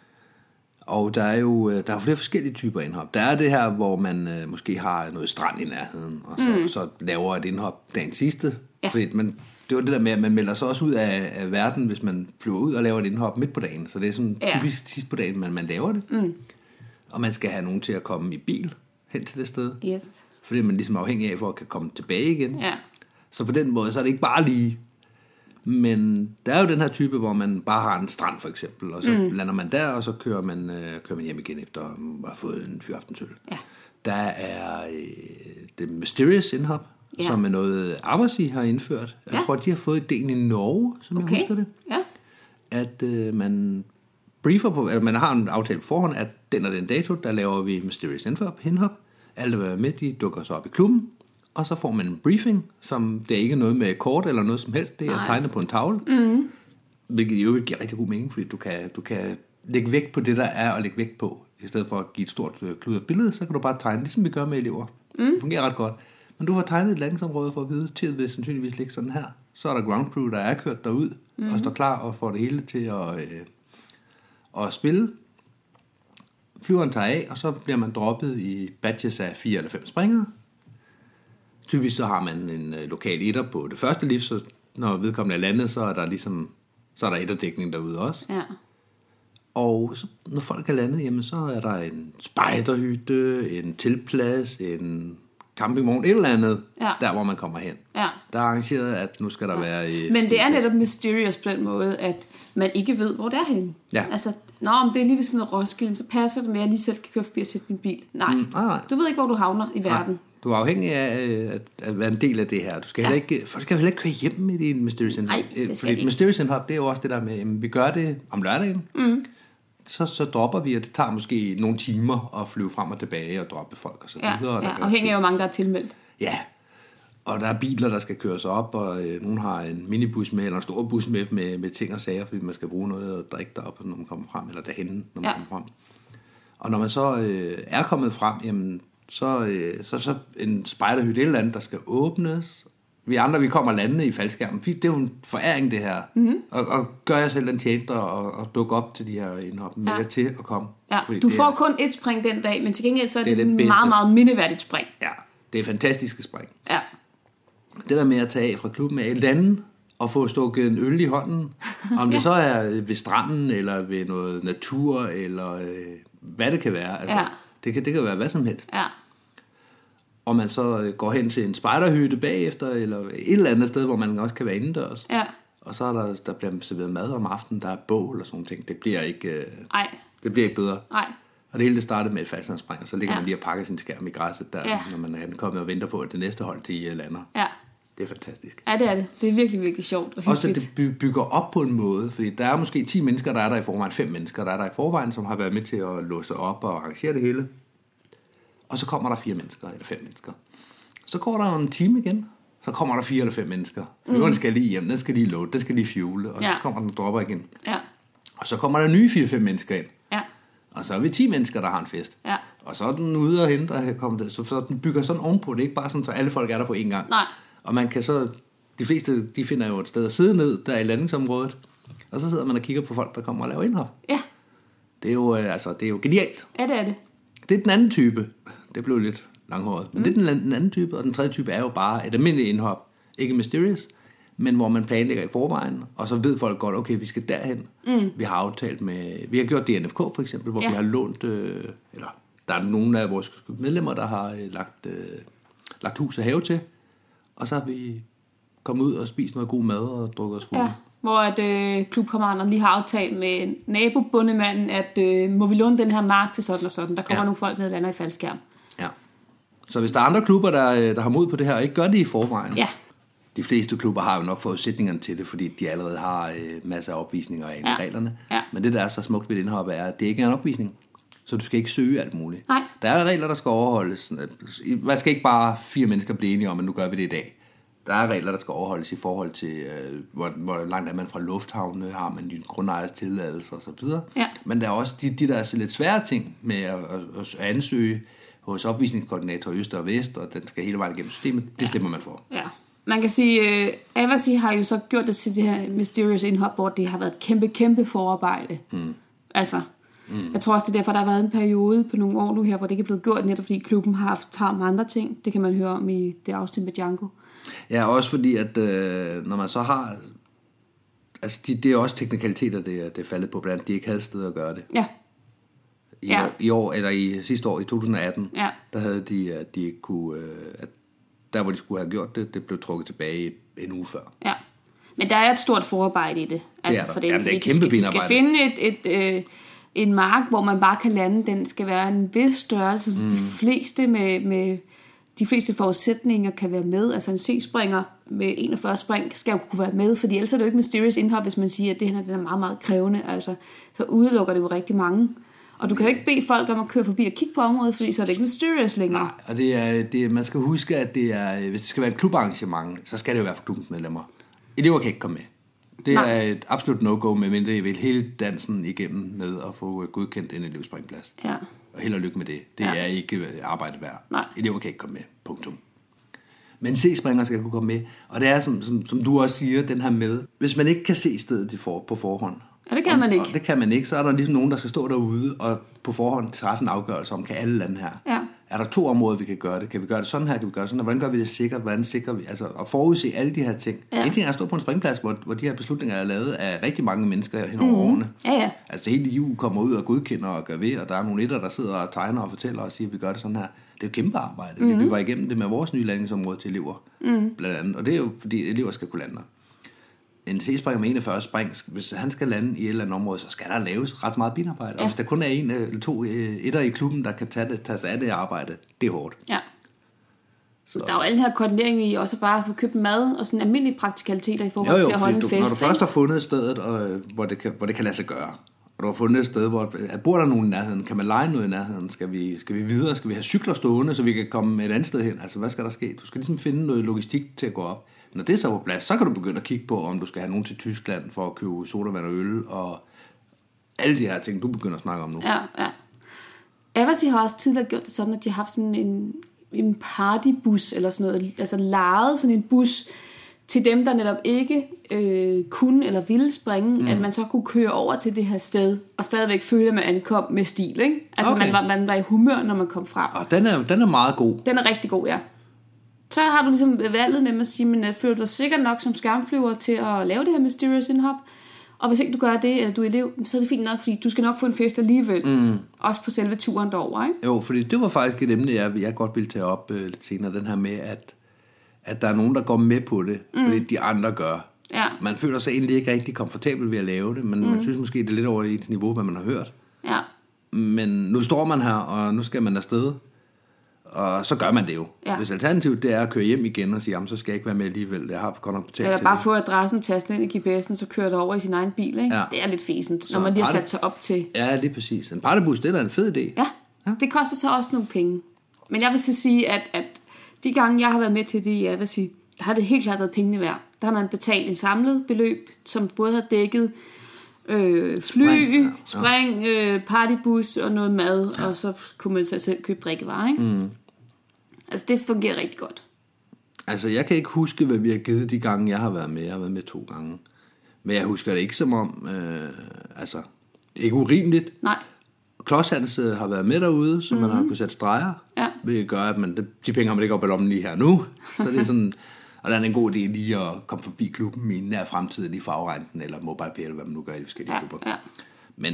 Og der er jo der er jo flere forskellige typer indhop. Der er det her, hvor man øh, måske har noget strand i nærheden, og så, mm. så laver et indhop dagen sidste. Ja. Fordi man, det var det der med, at man melder sig også ud af, af verden, hvis man flyver ud og laver et indhop midt på dagen. Så det er sådan ja. typisk sidst på dagen, man, man laver det. Mm. Og man skal have nogen til at komme i bil hen til det sted. Yes. Fordi man ligesom er afhængig af, for at kan komme tilbage igen. Ja. Så på den måde, så er det ikke bare lige. Men der er jo den her type, hvor man bare har en strand for eksempel, og så mm. lander man der, og så kører man, øh, kører man hjem igen efter at have fået en fyraftensøl. Ja. Der er øh, det Mysterious indhop, ja. som er noget Abbasi har indført. Jeg ja. tror, de har fået ideen i Norge, som okay. jeg husker det. Ja. At øh, man briefer på, at man har en aftale på forhånd, at den og den dato, der laver vi Mysterious indhop. Alle, der er med, de dukker så op i klubben. Og så får man en briefing, som det er ikke noget med kort eller noget som helst. Det er tegnet på en tavle. Mm. Hvilket jo giver rigtig god mening, fordi du kan, du kan lægge vægt på det, der er, og lægge vægt på. I stedet for at give et stort kludret billede, så kan du bare tegne, ligesom vi gør med elever. Mm. Det fungerer ret godt. Men du får tegnet et landingsområde for at vide, til vil sandsynligvis ligge sådan her. Så er der ground crew, der er kørt derud, mm. og står klar og får det hele til at, øh, at spille. Flyveren tager af, og så bliver man droppet i batches af fire eller fem springere. Typisk så har man en øh, lokal etter på det første lift, så når vedkommende er landet, så er der ligesom så er der etterdækning derude også. Ja. Og så, når folk er landet, jamen så er der en spejderhytte, en tilplads, en campingvogn, et eller andet, ja. der hvor man kommer hen. Ja. Der er arrangeret, at nu skal der ja. være... Øh, Men det er netop mysterious på den måde, at man ikke ved, hvor det er henne. Ja. Altså, nå, om det er lige ved sådan noget Roskilde, så passer det med, at jeg lige selv kan køre forbi og sætte min bil. Nej, mm, nej, nej. Du ved ikke, hvor du havner i verden. Nej. Du er afhængig af at, at være en del af det her. Du skal ja. heller ikke, folk skal heller ikke køre hjem med din Mysterious indhop. Nej, det skal Fordi ikke. Mysterious indhop, det er jo også det der med, at vi gør det om lørdagen. Mm. Så, så dropper vi, og det tager måske nogle timer at flyve frem og tilbage og droppe folk og så ja, videre. Ja, afhængig af, hvor mange der er tilmeldt. Ja, og der er biler, der skal køres op, og øh, nogen har en minibus med, eller en stor bus med, med, med ting og sager, fordi man skal bruge noget at drikke derop, når man kommer frem, eller derhenne, når man ja. kommer frem. Og når man så øh, er kommet frem, jamen, så, øh, så, så en spejderhytte eller andet, der skal åbnes. Vi andre, vi kommer landende i faldskærmen. Det er jo en foræring, det her. Mm-hmm. Og, og gør jeg selv en tjenester og, og dukke op til de her indhop, med ja. til at komme. Ja. Du får er, kun et spring den dag, men til gengæld så er det, det er et meget, meget mindeværdigt spring. Ja, det er fantastiske spring. Ja. Det der med at tage af fra klubben af lande og få stukket en øl i hånden, om det ja. så er ved stranden, eller ved noget natur, eller øh, hvad det kan være. Altså, ja. det, kan, det kan være hvad som helst. Ja. Og man så går hen til en spejderhytte bagefter, eller et eller andet sted, hvor man også kan være indendørs. Ja. Og så er der, der bliver serveret mad om aftenen, der er bål og sådan ting. Det bliver ikke, øh, det bliver ikke bedre. Nej. Og det hele det startede med et faldskærmsspring, og så ligger ja. man lige og pakker sin skærm i græsset, der, ja. når man er kommet og venter på, at det næste hold de lander. Ja. Det er fantastisk. Ja, det er det. Det er virkelig, virkelig sjovt og hyggeligt. Også at det bygger op på en måde, fordi der er måske ti mennesker, der er der i forvejen, fem mennesker, der er der i forvejen, som har været med til at låse op og arrangere det hele. Og så kommer der fire mennesker, eller fem mennesker. Så går der en time igen, så kommer der fire eller fem mennesker. Flyveren mm. skal lige hjem, den skal lige load, den skal lige fuele, og ja. så kommer den og dropper igen. Ja. Og så kommer der nye fire fem mennesker ind. Ja. Og så er vi ti mennesker, der har en fest. Ja. Og så er den ude og hente, og kommer det, så, så den bygger sådan ovenpå. Det er ikke bare sådan, så alle folk er der på én gang. Nej. Og man kan så, de fleste, de finder jo et sted at sidde ned, der i landingsområdet. Og så sidder man og kigger på folk, der kommer og laver indhop. Ja. Det er jo, altså, det er jo genialt. Ja, det er det. Det er den anden type. Det blev lidt langhåret. Men mm. det er den, den anden type, og den tredje type er jo bare et almindeligt indhop. Ikke mysterious, men hvor man planlægger i forvejen, og så ved folk godt, okay, vi skal derhen. Mm. Vi har aftalt med, vi har gjort D N F K for eksempel, hvor ja. vi har lånt, øh, eller der er nogle af vores medlemmer, der har øh, lagt, øh, lagt hus og have til, og så har vi kommet ud og spist noget god mad og drukket os fulde. Ja. Hvor at øh, klubkammeraterne lige har aftalt med nabobundemanden, at øh, må vi låne den her mark til sådan og sådan. Der kommer ja. nogle folk ned og lander i faldskærm. Ja. Så hvis der er andre klubber, der, der har mod på det her, og ikke gør det i forvejen. Ja. De fleste klubber har jo nok forudsætningerne til det, fordi de allerede har øh, masser af opvisninger af ja. reglerne. Ja. Men det, der er så smukt ved et indhop, er, at det ikke er en opvisning. Så du skal ikke søge alt muligt. Nej. Der er regler, der skal overholdes. Man skal ikke bare fire mennesker blive enige om, at nu gør vi det i dag. Der er regler, der skal overholdes i forhold til, øh, hvor, hvor langt er man fra lufthavne, har man en grundejers tilladelse og så videre. Ja. Men der er også de, de der er lidt svære ting med at, at, at ansøge hos opvisningskoordinator øst og vest, og den skal hele vejen igennem systemet. Det ja. slipper man for. Ja. Man kan sige, uh, Avasi har jo så gjort det til det her Mysterious indhop, hvor det har været et kæmpe, kæmpe forarbejde. Mm. Altså, mm. jeg tror også, det er derfor, der har været en periode på nogle år nu her, hvor det ikke er blevet gjort, netop fordi klubben har haft travlt med andre ting. Det kan man høre om i det afsnit med Django. Ja, også fordi, at øh, når man så har... Altså, de, det er også teknikaliteter, det er, det er faldet på, blandt de ikke havde sted at gøre det. Ja. I, ja. År, I år, eller i sidste år, i to tusind atten, ja. der havde de, at de ikke kunne... Øh, at der, hvor de skulle have gjort det, det blev trukket tilbage en uge før. Ja, men der er et stort forarbejde i det. Altså det for dem, ja, det er de, skal, de skal finde et, et, øh, en mark, hvor man bare kan lande. Den skal være en vis størrelse, så mm. de fleste med, med de fleste forudsætninger kan være med. Altså en C-springer med enogfyrre spring skal jo kunne være med, fordi ellers er det jo ikke mysterious indhop, hvis man siger, at det her den er meget, meget krævende. Altså, så udelukker det jo rigtig mange. Og du kan jo ikke bede folk om at køre forbi og kigge på området, fordi så er det ikke mysterious længere. Nej, og det er, det, man skal huske, at det er, hvis det skal være et klubarrangement, så skal det jo være for klubbens medlemmer. Elever kan ikke komme med. Det Nej. er et absolut no-go, medmindre I vil hele dansen igennem med at få godkendt en elevspringplads. Ja. Og held og lykke med det. Det ja. er ikke arbejdet værd. Nej. Elever kan ikke komme med. Punktum. Men C-springer skal kunne komme med. Og det er, som, som, som du også siger, den her med. Hvis man ikke kan se stedet på forhånd, ja, det kan man ikke. Og det kan man ikke. Så er der ligesom nogen, der skal stå derude og på forhånd træffe en afgørelse om, kan alle lande her. Ja. Er der to områder, vi kan gøre det? Kan vi gøre det sådan her? Kan vi gøre det sådan her? Hvordan gør vi det sikkert? Hvordan sikrer vi? Altså at forudse alle de her ting. Ja. En ting er at stå på en springplads, hvor, hvor de her beslutninger er lavet af rigtig mange mennesker hen over mm. årene. Ja, ja. Altså hele jul kommer ud og godkender og gør ved, og der er nogle etter, der sidder og tegner og fortæller og siger, at vi gør det sådan her. Det er jo kæmpe arbejde. Mm. Vi var igennem det med vores nye landingsområde til elever. Mm. Blandt andet. Og det er jo fordi elever skal kunne lande. En C-springer med enogfyrre spring, hvis han skal lande i et eller andet område, så skal der laves ret meget binarbejde. Ja. Og hvis der kun er en eller to etter i klubben, der kan tage, det, tage sig af det arbejde, det er hårdt. Ja. Så. Der er jo alle her koordinering i også bare at få købt mad og sådan almindelige praktikaliteter i forhold jo, jo, til at holde en fest. Når du først har fundet stedet, og, hvor, det kan, hvor det kan lade sig gøre, og du har fundet et sted, hvor bor der nogen i nærheden, kan man lege noget i nærheden, skal vi, skal vi videre, skal vi have cykler stående, så vi kan komme et andet sted hen, altså hvad skal der ske? Du skal ligesom finde noget logistik til at gå op. Når det er så på plads, så kan du begynde at kigge på, om du skal have nogen til Tyskland for at købe sodavand og øl, og alle de her ting, du begynder at snakke om nu. Ja, ja. Avasi har også tidligere gjort det sådan, at de har haft sådan en, en partybus, eller sådan noget, altså lejet sådan en bus til dem, der netop ikke øh, kunne eller ville springe, mm. at man så kunne køre over til det her sted, og stadigvæk føle, at man ankom med stil, ikke? Altså okay. man, var, man var i humør, når man kom frem. Og den er, den er meget god. Den er rigtig god, ja. Så har du ligesom valget med at sige, men føler du dig sikkert nok som skærmflyver til at lave det her mysterious indhop? Og hvis ikke du gør det, eller du er elev, så er det fint nok, fordi du skal nok få en fest alligevel. Mm. Også på selve turen derover, ikke? Jo, fordi det var faktisk et emne, jeg, jeg godt ville tage op øh, lidt senere, den her med, at, at der er nogen, der går med på det, mm. fordi de andre gør. Ja. Man føler sig egentlig ikke rigtig komfortabel ved at lave det, men mm. man synes måske, det er lidt over i et niveau, hvad man har hørt. Ja. Men nu står man her, og nu skal man afsted. Og så gør man det jo. Ja. Hvis alternativet det er at køre hjem igen og sige, jamen så skal jeg ikke være med alligevel, jeg har godt nok betalt til det. Eller bare få adressen, taste ind i G P S'en, så kører det over i sin egen bil, ikke? Ja. Det er lidt fæsent, når man lige har sat sig op til. Ja, lige præcis. En partybus, det er da en fed idé. Ja. Ja, det koster så også nogle penge. Men jeg vil så sige, at, at de gange, jeg har været med til det, jeg vil sige, der har det helt klart været pengene værd. Der har man betalt en samlet beløb, som både har dækket øh, fly, spring, ja. spring øh, partybus og noget mad, ja. Og så kunne man så selv købe drikkevarer, ikke? Mm. Altså, det fungerer rigtig godt. Altså, jeg kan ikke huske, hvad vi har givet de gange, jeg har været med. Jeg har været med to gange. Men jeg husker det ikke som om, øh, altså, det er ikke urimeligt. Nej. Klodshands har været med derude, så mm-hmm. man har kunnet sætte streger. Ja. Hvilket gør, at man, de penge har man ikke op i lommen lige her nu. Så det er sådan, og der er en god idé lige at komme forbi klubben i nær fremtid, lige fagrenten eller MobilePay, eller hvad man nu gør i de forskellige ja. klubber. Ja. Men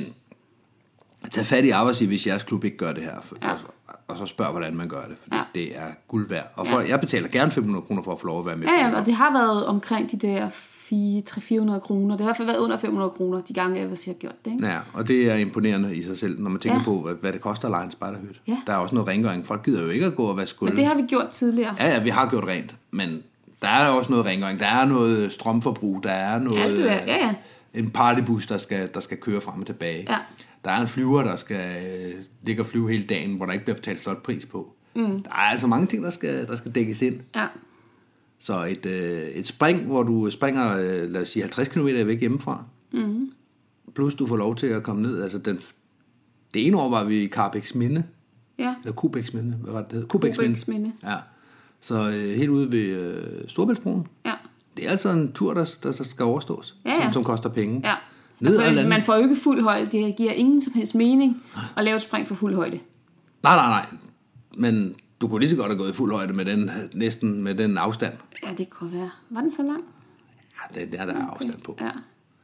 tag fat i arbejdsgiver, hvis jeres klub ikke gør det her. For, ja. og, og så spørg, hvordan man gør det, for ja. det er guld værd. Og for, ja. jeg betaler gerne fem hundrede kroner for at få lov at være med. Ja, ja, og det har været omkring de der tre til fire hundrede kroner. Det har i hvert fald været under fem hundrede kroner, de gange, jeg har gjort det. Ikke? Ja, og det er imponerende i sig selv, når man tænker ja. på, hvad, hvad det koster at lege en spejderhytte. Ja. Der er også noget rengøring. Folk gider jo ikke at gå og vaske gulv. Men det har vi gjort tidligere. Ja, ja, vi har gjort rent, men der er også noget rengøring. Der er noget strømforbrug, der er noget... Ja, det er, ja, ja. En partybus, der skal, der skal køre frem og tilbage. Ja. Der er en flyver, der skal ligge og flyve hele dagen, hvor der ikke bliver betalt slotpris på. Mm. Der er altså mange ting, der skal, der skal dækkes ind. Ja. Så et, øh, et spring, hvor du springer, øh, lad os sige, halvtreds kilometer væk hjemmefra, mm. plus du får lov til at komme ned. Altså den, det ene år var vi i Karrebæksminde. Ja. Eller Kubæksminde, hvad var det, det hed? Kubæksminde. Ja. Så øh, helt ude ved øh, Storebæltsbroen. Ja. Det er altså en tur, der, der, der skal overstås, ja, ja. Som, som koster penge. Ja. Ned for, man får jo ikke fuld højde. Det giver ingen som helst mening at lave et spring for fuld højde. Nej, nej, nej. Men du kunne lige så godt have gået i fuld højde med den, næsten med den afstand. Ja, det kunne være. Var den så lang? Ja, det, det er der okay. afstand på. Ja.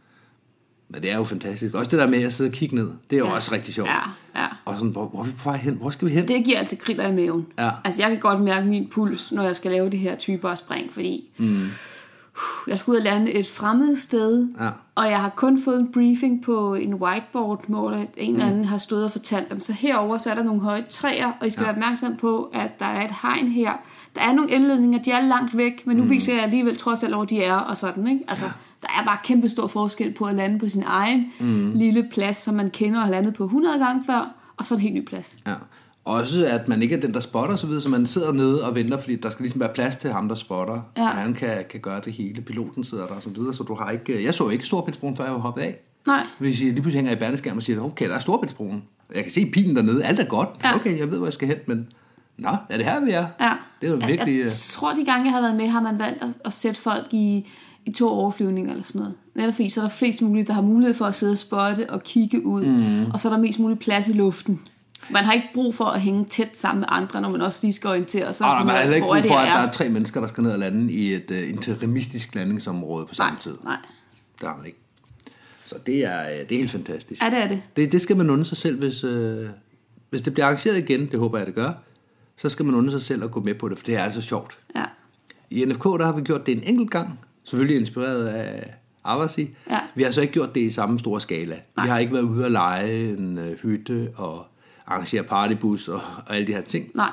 Men det er jo fantastisk. Også det der med at sidde og kigge ned, det er jo ja. også rigtig sjovt. Ja, ja. Og sådan, hvor, hvor er vi på vej hen? Hvor skal vi hen? Det giver altid kriller i maven. Ja. Altså, jeg kan godt mærke min puls, når jeg skal lave det her typer af spring, fordi mm. jeg skulle ud og lande et fremmed sted, ja. Og jeg har kun fået en briefing på en whiteboard, hvor en eller mm. anden har stået og fortalt dem. Så herover så er der nogle høje træer, og I skal ja. være opmærksom på, at der er et hegn her. Der er nogle indledninger, de er langt væk, men nu mm. viser jeg alligevel trods alt, hvor de er, og sådan, ikke? Altså, ja. Der er bare kæmpe stor forskel på at lande på sin egen mm. lille plads, som man kender og har landet på hundrede gange før, og så en helt ny plads. Ja. Også at man ikke er den, der spotter, så videre, så man sidder nede og venter, fordi der skal ligesom være plads til ham, der spotter, ja. Og han kan, kan gøre det hele. Piloten sidder der og så videre, så du har ikke... Jeg så ikke Storebæltsbroen, før jeg var hoppet af. Nej. Hvis jeg lige pludselig hænger i bærneskærmen og siger, okay, der er Storebæltsbroen. Jeg kan se pilen dernede, alt er godt. Ja. Okay, jeg ved, hvor jeg skal hen, men... Nå, er det her, vi er? Ja. Det er jo virkelig... Jeg, jeg tror, de gange, jeg har været med, har man valgt at, at sætte folk i, i to overflyvninger eller sådan noget. Netop fordi, så er der flest muligt, der har mulighed for at sidde og spotte og kigge ud. Mm. Og så er der mest muligt plads i luften. Man har ikke brug for at hænge tæt sammen med andre, når man også lige skal orientere sig. Og man har ikke brug for, at der er tre mennesker, der skal ned og lande i et uh, interimistisk landingsområde på samme nej, tid. Nej, det har man ikke. Så det er, det er helt fantastisk. Ja, det er det. Det, det skal man undre sig selv, hvis, uh, hvis det bliver arrangeret igen, det håber jeg, det gør, så skal man undre sig selv at gå med på det, for det er altså sjovt. Ja. I N F K, der har vi gjort det en enkelt gang, selvfølgelig inspireret af Aversi. Ja. Vi har så ikke gjort det i samme store skala. Nej. Vi har ikke været ude at lege en uh, hytte og arrangere partybus og, og alle de her ting. Nej.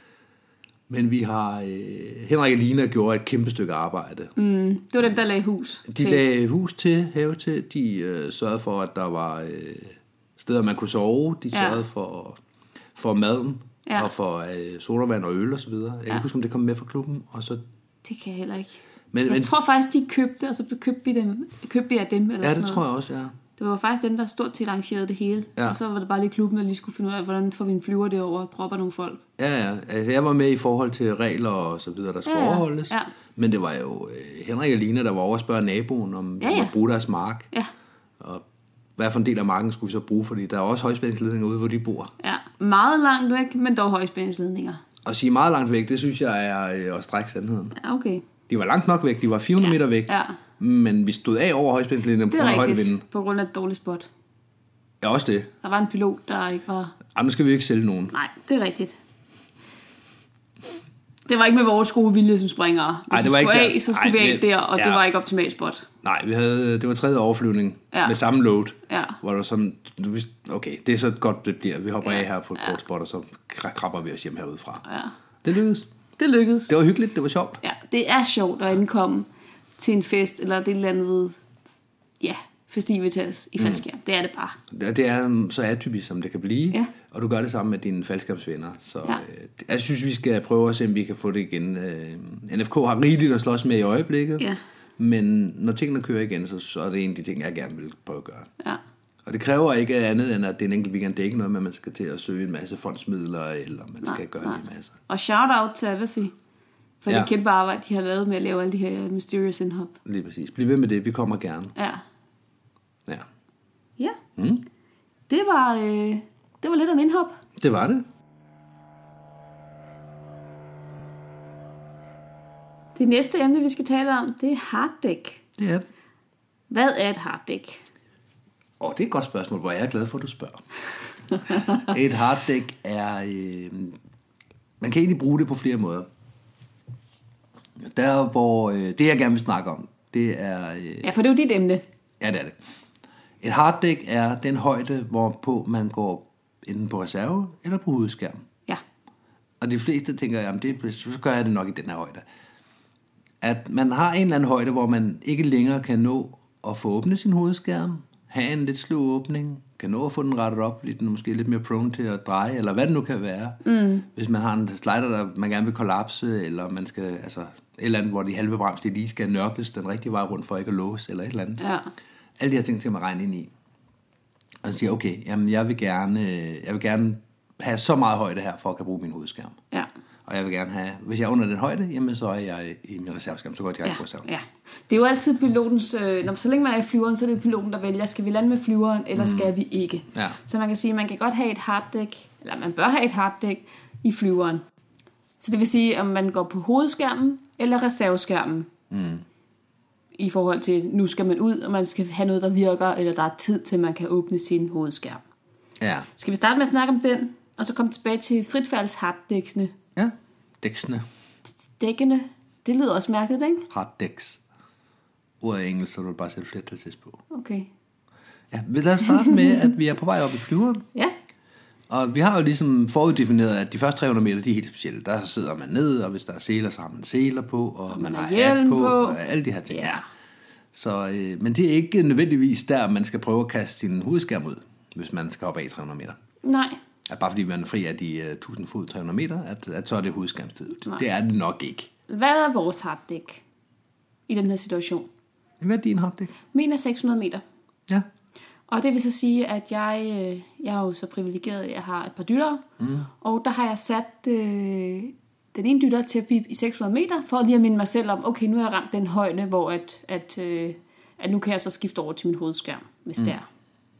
Men vi har... Øh, Henrik og Lina gjorde et kæmpe stykke arbejde. Mm, det var dem, der lagde hus De til. lagde hus til, have til. De øh, sørgede for, at der var øh, steder, man kunne sove. De ja. sørgede for, for maden ja. og for øh, sodavand og øl og så videre. Jeg kan ja. ikke huske, om det kom med fra klubben. Og så... Det kan jeg heller ikke. Men, jeg men... tror faktisk, de købte, og så købte vi dem. Købte vi af dem, eller ja, det sådan noget. tror jeg også, ja. Det var faktisk dem, der stort set arrangerede det hele. Ja. Og så var det bare lige klubben, der lige skulle finde ud af, hvordan får vi en flyver derover og dropper nogle folk. Ja, ja. Altså, jeg var med i forhold til regler og så videre, der skulle ja, ja. overholdes. Ja. Men det var jo øh, Henrik og Lina, der var over at spørge naboen, om de ja, ja. måtte bruge deres mark. Ja. Og hvad for en del af marken skulle vi så bruge, fordi der er også højspændingsledninger ude, hvor de bor. Ja, meget langt væk, men dog højspændingsledninger. Og sige meget langt væk, det synes jeg er øh, at strække sandheden. Ja, okay. De var langt nok væk, de var fire hundrede ja. meter væk. Ja. Men vi stod af over højspændingsledningen på grund af højdevinden. På grund af et dårligt spot. Ja, også det. Der var en pilot, der ikke var... Jamen, nu skal vi ikke sælge nogen. Nej, det er rigtigt. Det var ikke med vores gode vilje som springere. Hvis Ej, det var vi skulle ikke af, så skulle Ej, vi af der, og ja. det var ikke optimalt spot. Nej, vi havde, det var tredje overflyvning ja. med samme load. Ja. Hvor der sådan, du vidste, okay, det er så godt, det bliver. Vi hopper ja. af her på et ja. kort spot, og så krabber vi os hjem herudefra. Ja. Det lykkedes. Det lykkedes. Det var hyggeligt, det var sjovt. Ja, det er sjovt at indkomme til en fest, eller det eller andet, ja, festivitas i faldskærm. Mm. Det er det bare. Det, det er så atypisk, som det kan blive, ja. Og du gør det sammen med dine faldskærmsvenner. Så ja. øh, jeg synes, vi skal prøve at se, om vi kan få det igen. Øh, N F K har rigeligt at slås med i øjeblikket, ja. Men når tingene kører igen, så, så er det en af de ting, jeg gerne vil prøve at gøre. Ja. Og det kræver ikke andet, end at det er en enkelt weekend. Det er ikke noget med, at man skal til at søge en masse fondsmidler, eller man nej, skal gøre nej. en masse. Og shout-out til Avasi for ja. det kæmpe arbejde, de har lavet med at lave alle de her mysterious indhop. Lige præcis. Bliv ved med det. Vi kommer gerne. Ja. Ja. Ja. Mm. Det var, øh, det var lidt om indhop. Det var det. Det næste emne, vi skal tale om, det er harddæk. Det er det. Hvad er et harddæk? Åh, oh, det er et godt spørgsmål, hvor jeg er glad for, at du spørger. Et harddæk er... Øh, man kan egentlig bruge det på flere måder. Der, hvor... Øh, det, jeg gerne vil snakke om, det er... Øh, ja, for det er jo dit emne. Ja, det er det. Et harddæk er den højde, hvorpå man går enten på reserve eller på hovedskærm. Ja. Og de fleste tænker, jamen det, så gør jeg det nok i den her højde. At man har en eller anden højde, hvor man ikke længere kan nå at få åbnet sin hovedskærm, have en lidt sløv åbning, kan nå at få den rettet op, fordi den er måske lidt mere prone til at dreje, eller hvad det nu kan være. Mm. Hvis man har en slider, der man gerne vil kollapse, eller man skal, altså et eller andet, hvor de halve bremser lige skal nørkles den rigtige vej rundt for ikke at låse, eller et eller andet. Ja. Alle de her ting skal man regne ind i. Og så siger okay, jamen jeg vil gerne, jeg vil gerne have så meget højde her, for at kunne bruge min hovedskærm. Ja. Og jeg vil gerne have, hvis jeg er under den højde, jamen så er jeg i min reserveskærm, så går jeg ja, på reserven. Ja. Det er jo altid pilotens, øh, når, så længe man er i flyveren, så er det piloten, der vælger, skal vi lande med flyveren, eller mm. skal vi ikke? Ja. Så man kan sige, at man kan godt have et harddæk, eller man bør have et harddæk i flyveren. Så det vil sige, om man går på hovedskærmen, eller reserveskærmen. Mm. I forhold til, nu skal man ud, og man skal have noget, der virker, eller der er tid til, man kan åbne sin hovedskærm. Ja. Skal vi starte med at snakke om den, og så komme tilbage til fritfalds harddæksene? Ja, dæksene. Dækkene, det lyder også mærkeligt, ikke? Harddæks. Ordet er engelsk, så du vil bare sætte flertal til på. Okay. Ja, lad os starte med, at vi er på vej op i flyveren. Ja. Og vi har jo ligesom foruddefineret, at de første tre hundrede meter, de er helt specielle. Der sidder man ned, og hvis der er seler, så har man seler på, og, og man, man har hat på, på, og alle de her ting. Ja. Så, øh, men det er ikke nødvendigvis der, man skal prøve at kaste sin hovedskærm ud, hvis man skal op af tre hundrede meter. Nej. At bare fordi man er fri af de uh, tusind fod tre hundrede meter, at, at så er det hovedskærmstid. Det er det nok ikke. Hvad er vores harddæk i den her situation? Hvad er din harddæk? Min er seks hundrede meter. Ja. Og det vil så sige, at jeg, jeg er jo så privilegeret, at jeg har et par dytter, mm. og der har jeg sat øh, den ene dytter til at bippe i seks hundrede meter, for lige at minde mig selv om, okay, nu har jeg ramt den højde, hvor at, at, øh, at nu kan jeg så skifte over til min hovedskærm, hvis mm. det er.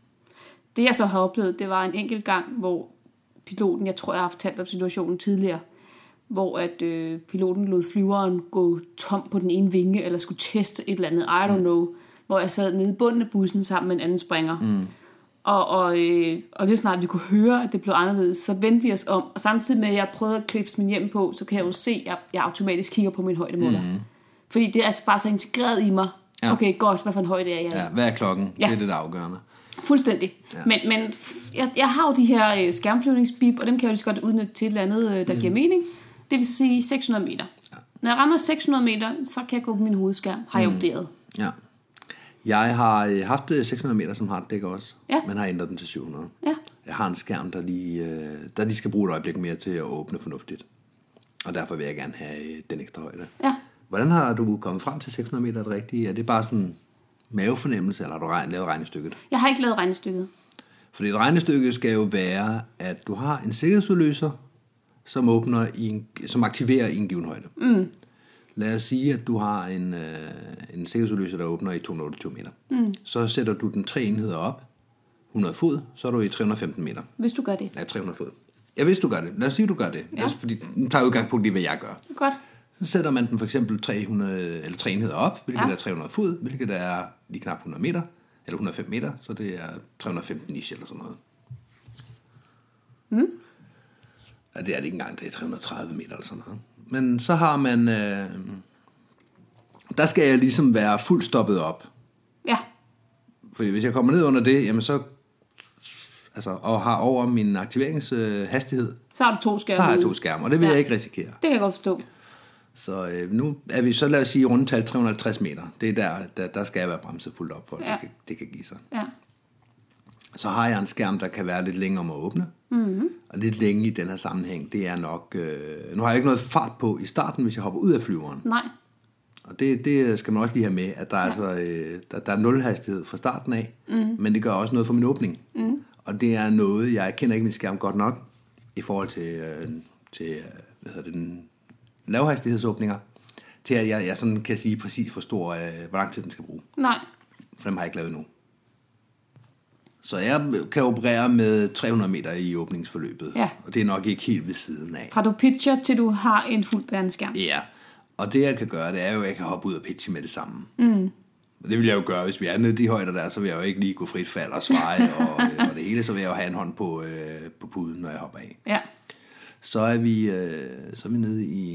Det jeg så har oplevet, det var en enkelt gang, hvor piloten, jeg tror jeg har fortalt om situationen tidligere, hvor at øh, piloten lod flyveren gå tom på den ene vinge, eller skulle teste et eller andet, I don't know, hvor jeg sad nede i bunden af bussen sammen med en anden springer. Mm. Og, og, øh, og lige snart vi kunne høre, at det blev anderledes, så vendte vi os om. Og samtidig med, at jeg prøvede at klipse min hjem på, så kan jeg jo se, at jeg, jeg automatisk kigger på min højdemåler. Mm. Fordi det er altså bare så integreret i mig. Ja. Okay, godt, hvad for en højde er jeg? Ja, hvad er klokken? Ja. Det er det, der afgørende. Fuldstændig. Ja. Men, men jeg, jeg har jo de her skærmflyvningsbip, og dem kan jeg jo lige så godt udnytte til et eller andet, der mm. giver mening. Det vil sige seks hundrede meter. Ja. Når jeg rammer seks hundrede meter, så kan jeg gå på min hovedskærm, har jeg mm. vurderet. Ja. Jeg har haft seks hundrede meter som harddæk også, ja. men har ændret den til syv hundrede. Ja. Jeg har en skærm, der lige, der lige skal bruge et øjeblik mere til at åbne fornuftigt. Og derfor vil jeg gerne have den ekstra højde. Ja. Hvordan har du kommet frem til seks hundrede meter det rigtige? Er det bare sådan mavefornemmelse, eller har du lavet regnestykket? Jeg har ikke lavet regnestykket. Fordi et regnestykke skal jo være, at du har en sikkerhedsudløser, som, åbner i en, som aktiverer i en given højde. Mm. Lad os sige, at du har en, øh, en sikkerhedsudløser, der åbner i to hundrede og otteogtyve meter. Mm. Så sætter du den tre enheder op, hundrede fod, så er du i tre hundrede og femten meter. Hvis du gør det. Ja, tre hundrede fod. Ja, hvis du gør det. Lad os sige, at du gør det. Ja. Os, fordi den tager udgangspunkt i, hvad jeg gør. Godt. Så sætter man den for eksempel tre hundrede, eller tre enheder op, hvilket ja. er tre hundrede fod, hvilket er lige knap hundrede meter, eller hundrede og fem meter, så det er tre hundrede og femten ish eller sådan noget. Mm. Ja, det er det ikke engang, det er tre hundrede og tredive meter eller sådan noget. Men så har man, øh, der skal jeg ligesom være fuldt stoppet op. Ja. Fordi hvis jeg kommer ned under det, jamen så, altså, og har over min aktiveringshastighed, så har du to skærme. Så har jeg to skærme, og det vil ja. jeg ikke risikere. Det kan jeg godt forstå. Så øh, nu er vi så, lad os sige, rundt tre hundrede og halvtreds meter. Det er der, der, der skal jeg være bremset fuldt op for, at ja. det, kan, det kan give sig. Ja. Så har jeg en skærm, der kan være lidt længere om at åbne. Mm-hmm. Og lidt længe i den her sammenhæng, det er nok... Øh, nu har jeg ikke noget fart på i starten, hvis jeg hopper ud af flyveren. Nej. Og det, det skal man også lige have med, at der, ja. er, altså, øh, der, der er nul hastighed fra starten af, mm. men det gør også noget for min åbning. Mm. Og det er noget, jeg kender ikke min skærm godt nok, i forhold til, øh, til hvad hedder det, den lavhastighedsåbninger, til at jeg, jeg sådan kan sige præcis, hvor stor, øh, hvor lang tid den skal bruge. Nej. For dem har jeg ikke lavet nu. Så jeg kan operere med tre hundrede meter i åbningsforløbet, ja. Og det er nok ikke helt ved siden af. Fra du pitcher til du har en fuld bærende-skærm. Ja, og det jeg kan gøre, det er jo, at jeg kan hoppe ud og pitche med det samme. Mm. Det vil jeg jo gøre, hvis vi er nede i de højder der, så vil jeg jo ikke lige gå frit fald og sveje og, og det hele, så vil jeg jo have en hånd på, øh, på puden, når jeg hopper af. Ja. Så er vi, øh, så er vi nede i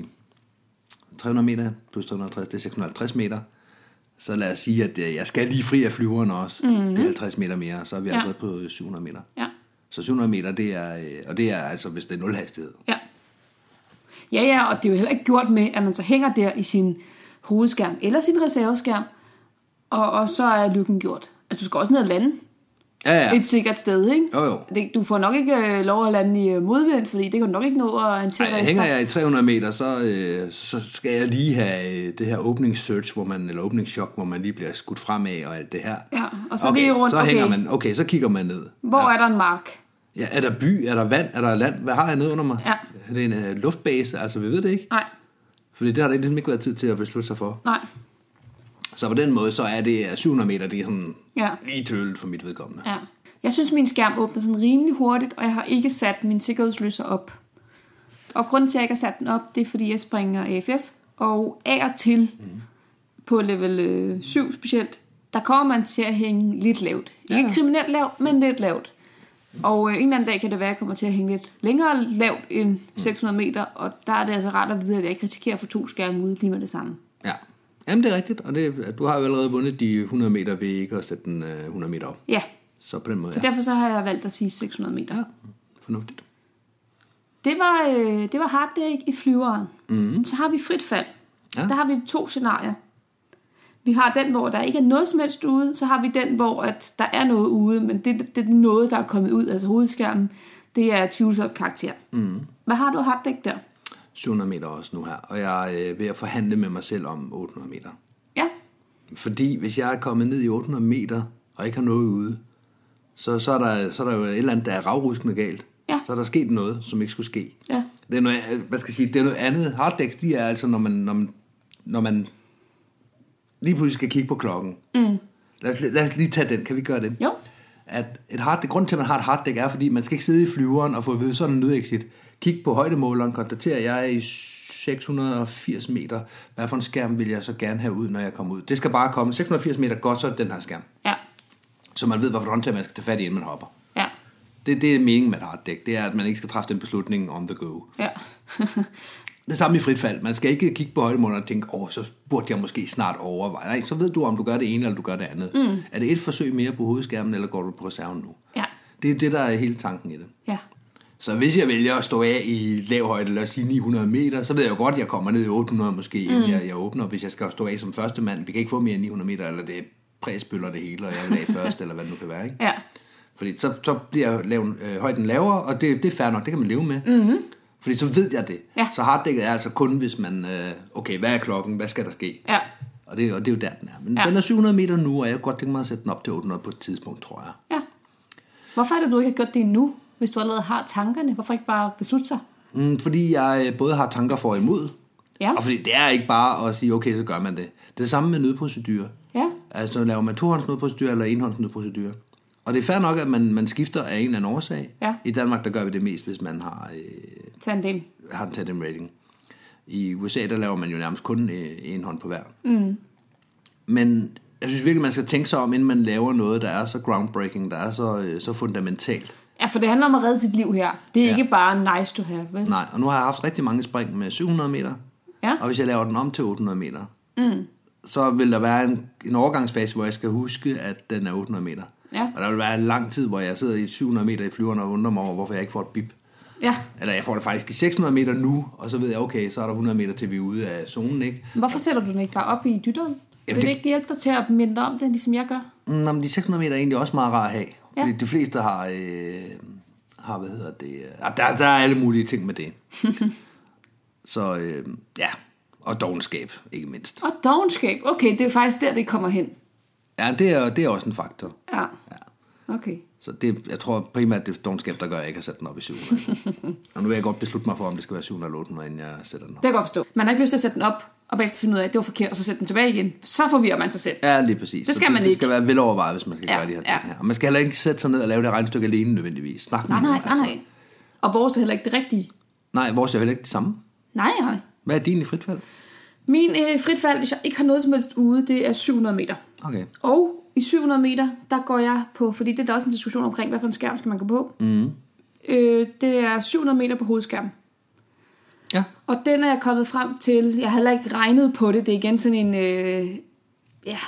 tre hundrede meter plus tre hundrede og halvtreds, det er seks hundrede og halvtreds meter. Så lad os sige, at jeg skal lige fri af flyveren også. Mm-hmm. Det er halvtreds meter mere, så er vi ja. allerede på syv hundrede meter. Ja. Så syv hundrede meter, det er, og det er altså, hvis det er nul hastighed. Ja. Ja, ja, og det er jo heller ikke gjort med, at man så hænger der i sin hovedskærm eller sin reserveskærm, og, og så er lykken gjort. Altså, du skal også ned og lande. Ja, ja. Et sikkert sted, ikke? Jo, jo. Det, du får nok ikke lov at lande i modvind, fordi det kan du nok ikke nå at orientere dig efter. Hænger jeg i tre hundrede meter, så, øh, så skal jeg lige have det her åbningssearch, hvor man, eller åbningschok, hvor man lige bliver skudt fremad og alt det her. Ja, og så okay, lige rundt. Så okay. hænger man, okay, så kigger man ned. Hvor ja. er der en mark? Ja, er der by, er der vand, er der land? Hvad har jeg nede under mig? Ja. Er det en uh, luftbase? Altså, vi ved det ikke. Nej. Fordi det har der ligesom ikke været tid til at beslutte sig for. Nej. Så på den måde, så er det syv hundrede meter, det er sådan ja. lige tølet for mit vedkommende. Ja. Jeg synes, min skærm åbner sådan rimelig hurtigt, og jeg har ikke sat min sikkerhedsløser op. Og grunden til, at jeg ikke har sat den op, det er, fordi jeg springer A F F, og af og til, mm. på level øh, syv specielt, der kommer man til at hænge lidt lavt. Ikke ja. kriminelt lavt, men lidt lavt. Og øh, en eller anden dag kan det være, at jeg kommer til at hænge lidt længere lavt end seks hundrede meter, og der er det altså rart at vide, at jeg ikke risikerer at få to skærme ude lige med det samme. Ja, jamen det er rigtigt, og det, du har jo allerede vundet de hundrede meter ved ikke at sætte den øh, hundrede meter op. Ja. Så på den måde, så ja. derfor så har jeg valgt at sige seks hundrede meter. Ja, fornuftigt. Det var, øh, det var harddick i flyveren. Mm-hmm. Så har vi frit fald. Ja. Der har vi to scenarier. Vi har den, hvor der ikke er noget som helst ude. Så har vi den, hvor at der er noget ude, men det, det er noget, der er kommet ud. Altså hovedskærmen, det er tvivlsom karakter. Mm. Hvad har du harddick der? syv hundrede meter også nu her. Og jeg er øh, ved at forhandle med mig selv om otte hundrede meter. Ja. Fordi hvis jeg er kommet ned i otte hundrede meter, og ikke har noget ude, så, så, er, der, så er der jo et eller andet, der er ravruskende galt. Ja. Så er der sket noget, som ikke skulle ske. Ja. Det er noget, hvad skal jeg sige, det er noget andet. Harddecks, de er altså, når man, når man, når man lige pludselig skal kigge på klokken. Mm. Lad, os, lad os lige tage den, kan vi gøre det? Jo. At et harddæk, grunden til, at man har et harddæk, er, fordi man skal ikke sidde i flyveren og få at vide sådan en nødexit. Kig på højdemåleren, konstaterer, at jeg er i seks hundrede og firs meter. Hvad for en skærm vil jeg så gerne have ud, når jeg kommer ud? Det skal bare komme seks hundrede og firs meter godt, så er den her skærm. Ja. Så man ved, hvorfor håndtag man skal tage fat i, inden man hopper. Ja. Det, det er meningen med et harddæk. Det er, at man ikke skal træffe den beslutning on the go. Ja. Det samme i frit fald. Man skal ikke kigge på højdemåleren og tænke, åh, oh, så burde jeg måske snart overveje. Nej, så ved du, om du gør det ene, eller du gør det andet. Mm. Er det et forsøg mere på hovedskærmen, eller går du på reserven nu? Ja. Det er det, der er hele tanken i det. Ja. Så hvis jeg vælger at stå af i lav højde, lad os sige ni hundrede meter, så ved jeg jo godt, at jeg kommer ned i otte hundrede måske, inden mm. jeg, jeg åbner. Hvis jeg skal stå af som første mand, vi kan ikke få mere end ni hundrede meter, eller det præspøller det hele, og jeg er af først, eller hvad det nu kan være, ikke? Ja. Fordi så, så bliver laven, øh, højden lavere, og det, det er fair nok, det kan man leve med. Mm-hmm. Fordi så ved jeg det. Ja. Så harddækket er altså kun, hvis man, øh, okay, hvad er klokken, hvad skal der ske? Ja. Og, det, og det er jo der, den er. Men ja. Den er syv hundrede meter nu, og jeg kunne godt tænke mig at sætte den op til otte hundrede på et tidspunkt, tror jeg. Ja. Hvorfor er det, du ikke har gjort det endnu, hvis du allerede har tankerne? Hvorfor ikke bare beslutte sig? Mm, fordi jeg både har tanker for og imod, ja. Og fordi det er ikke bare at sige, okay, så gør man det. Det er det samme med nødprocedurer. Ja. Altså laver man tohånds nødprocedurer eller enhånds nødprocedurer. Og det er fair nok, at man, man skifter af en eller anden årsag. Ja. I Danmark, der gør vi det mest, hvis man har, øh, tandem. har en tandem rating. I U S A, der laver man jo nærmest kun øh, en hånd på hver. Mm. Men jeg synes virkelig, man skal tænke sig om, inden man laver noget, der er så groundbreaking, der er så, øh, så fundamentalt. Ja, for det handler om at redde sit liv her. Det er ja. Ikke bare nice to have, vel? Nej, og nu har jeg haft rigtig mange spring med syv hundrede meter. Ja. Og hvis jeg laver den om til otte hundrede meter, mm. så vil der være en, en overgangsfase, hvor jeg skal huske, at den er otte hundrede meter. Ja. Og der vil være en lang tid, hvor jeg sidder i syv hundrede meter i flyveren og undrer mig over, hvorfor jeg ikke får et bip. Ja. Eller jeg får det faktisk i seks hundrede meter nu, og så ved jeg, okay, så er der hundrede meter til vi er ude af zonen, ikke? Hvorfor sætter du den ikke bare op i dytteren? Vil det, det ikke hjælpe dig til at minde om det, ligesom jeg gør? Nå, men de seks hundrede meter er egentlig også meget rart at have. Ja. Fordi de fleste har, øh, har, hvad hedder det, øh, der, der er alle mulige ting med det. Så øh, ja, og dovenskab, ikke mindst. Og dovenskab, okay, det er faktisk der, det kommer hen. Ja, det er, det er også en faktor. Ja, ja. Okay. Så det, jeg tror primært, det er dovenskab, der gør, at jeg ikke har sat den op i syv hundrede. Og nu vil jeg godt beslutte mig for, om det skal være syv hundrede eller otte hundrede, inden jeg sætter den op. Det kan jeg godt forstå. Man har ikke lyst til at sætte den op, og bagefter finde ud af, at det var forkert, og så sætte den tilbage igen. Så forvirrer man sig selv. Ja, lige præcis. Det skal så man det, ikke. Det skal være velovervejet, hvis man skal ja, gøre de her ja. ting her. Og man skal heller ikke sætte sig ned og lave det regnestykke alene nødvendigvis. Snak nej, med nej, nogen, nej, nej. Og vores er heller ikke det rigtige. Nej, vores er heller ikke det samme. Nej, nej. Hvad er din i fritfald? Min øh, fritfald, hvis jeg ikke har noget som helst ude, det er syv hundrede meter. Okay. Og i syv hundrede meter, der går jeg på, fordi det er der også en diskussion omkring, hvad for en skærm skal man gå på. Mm. Øh, det er syv hundrede meter på hovedskærmen. Ja. Og den er jeg kommet frem til, jeg har heller ikke regnet på det, det er igen sådan en, øh, ja,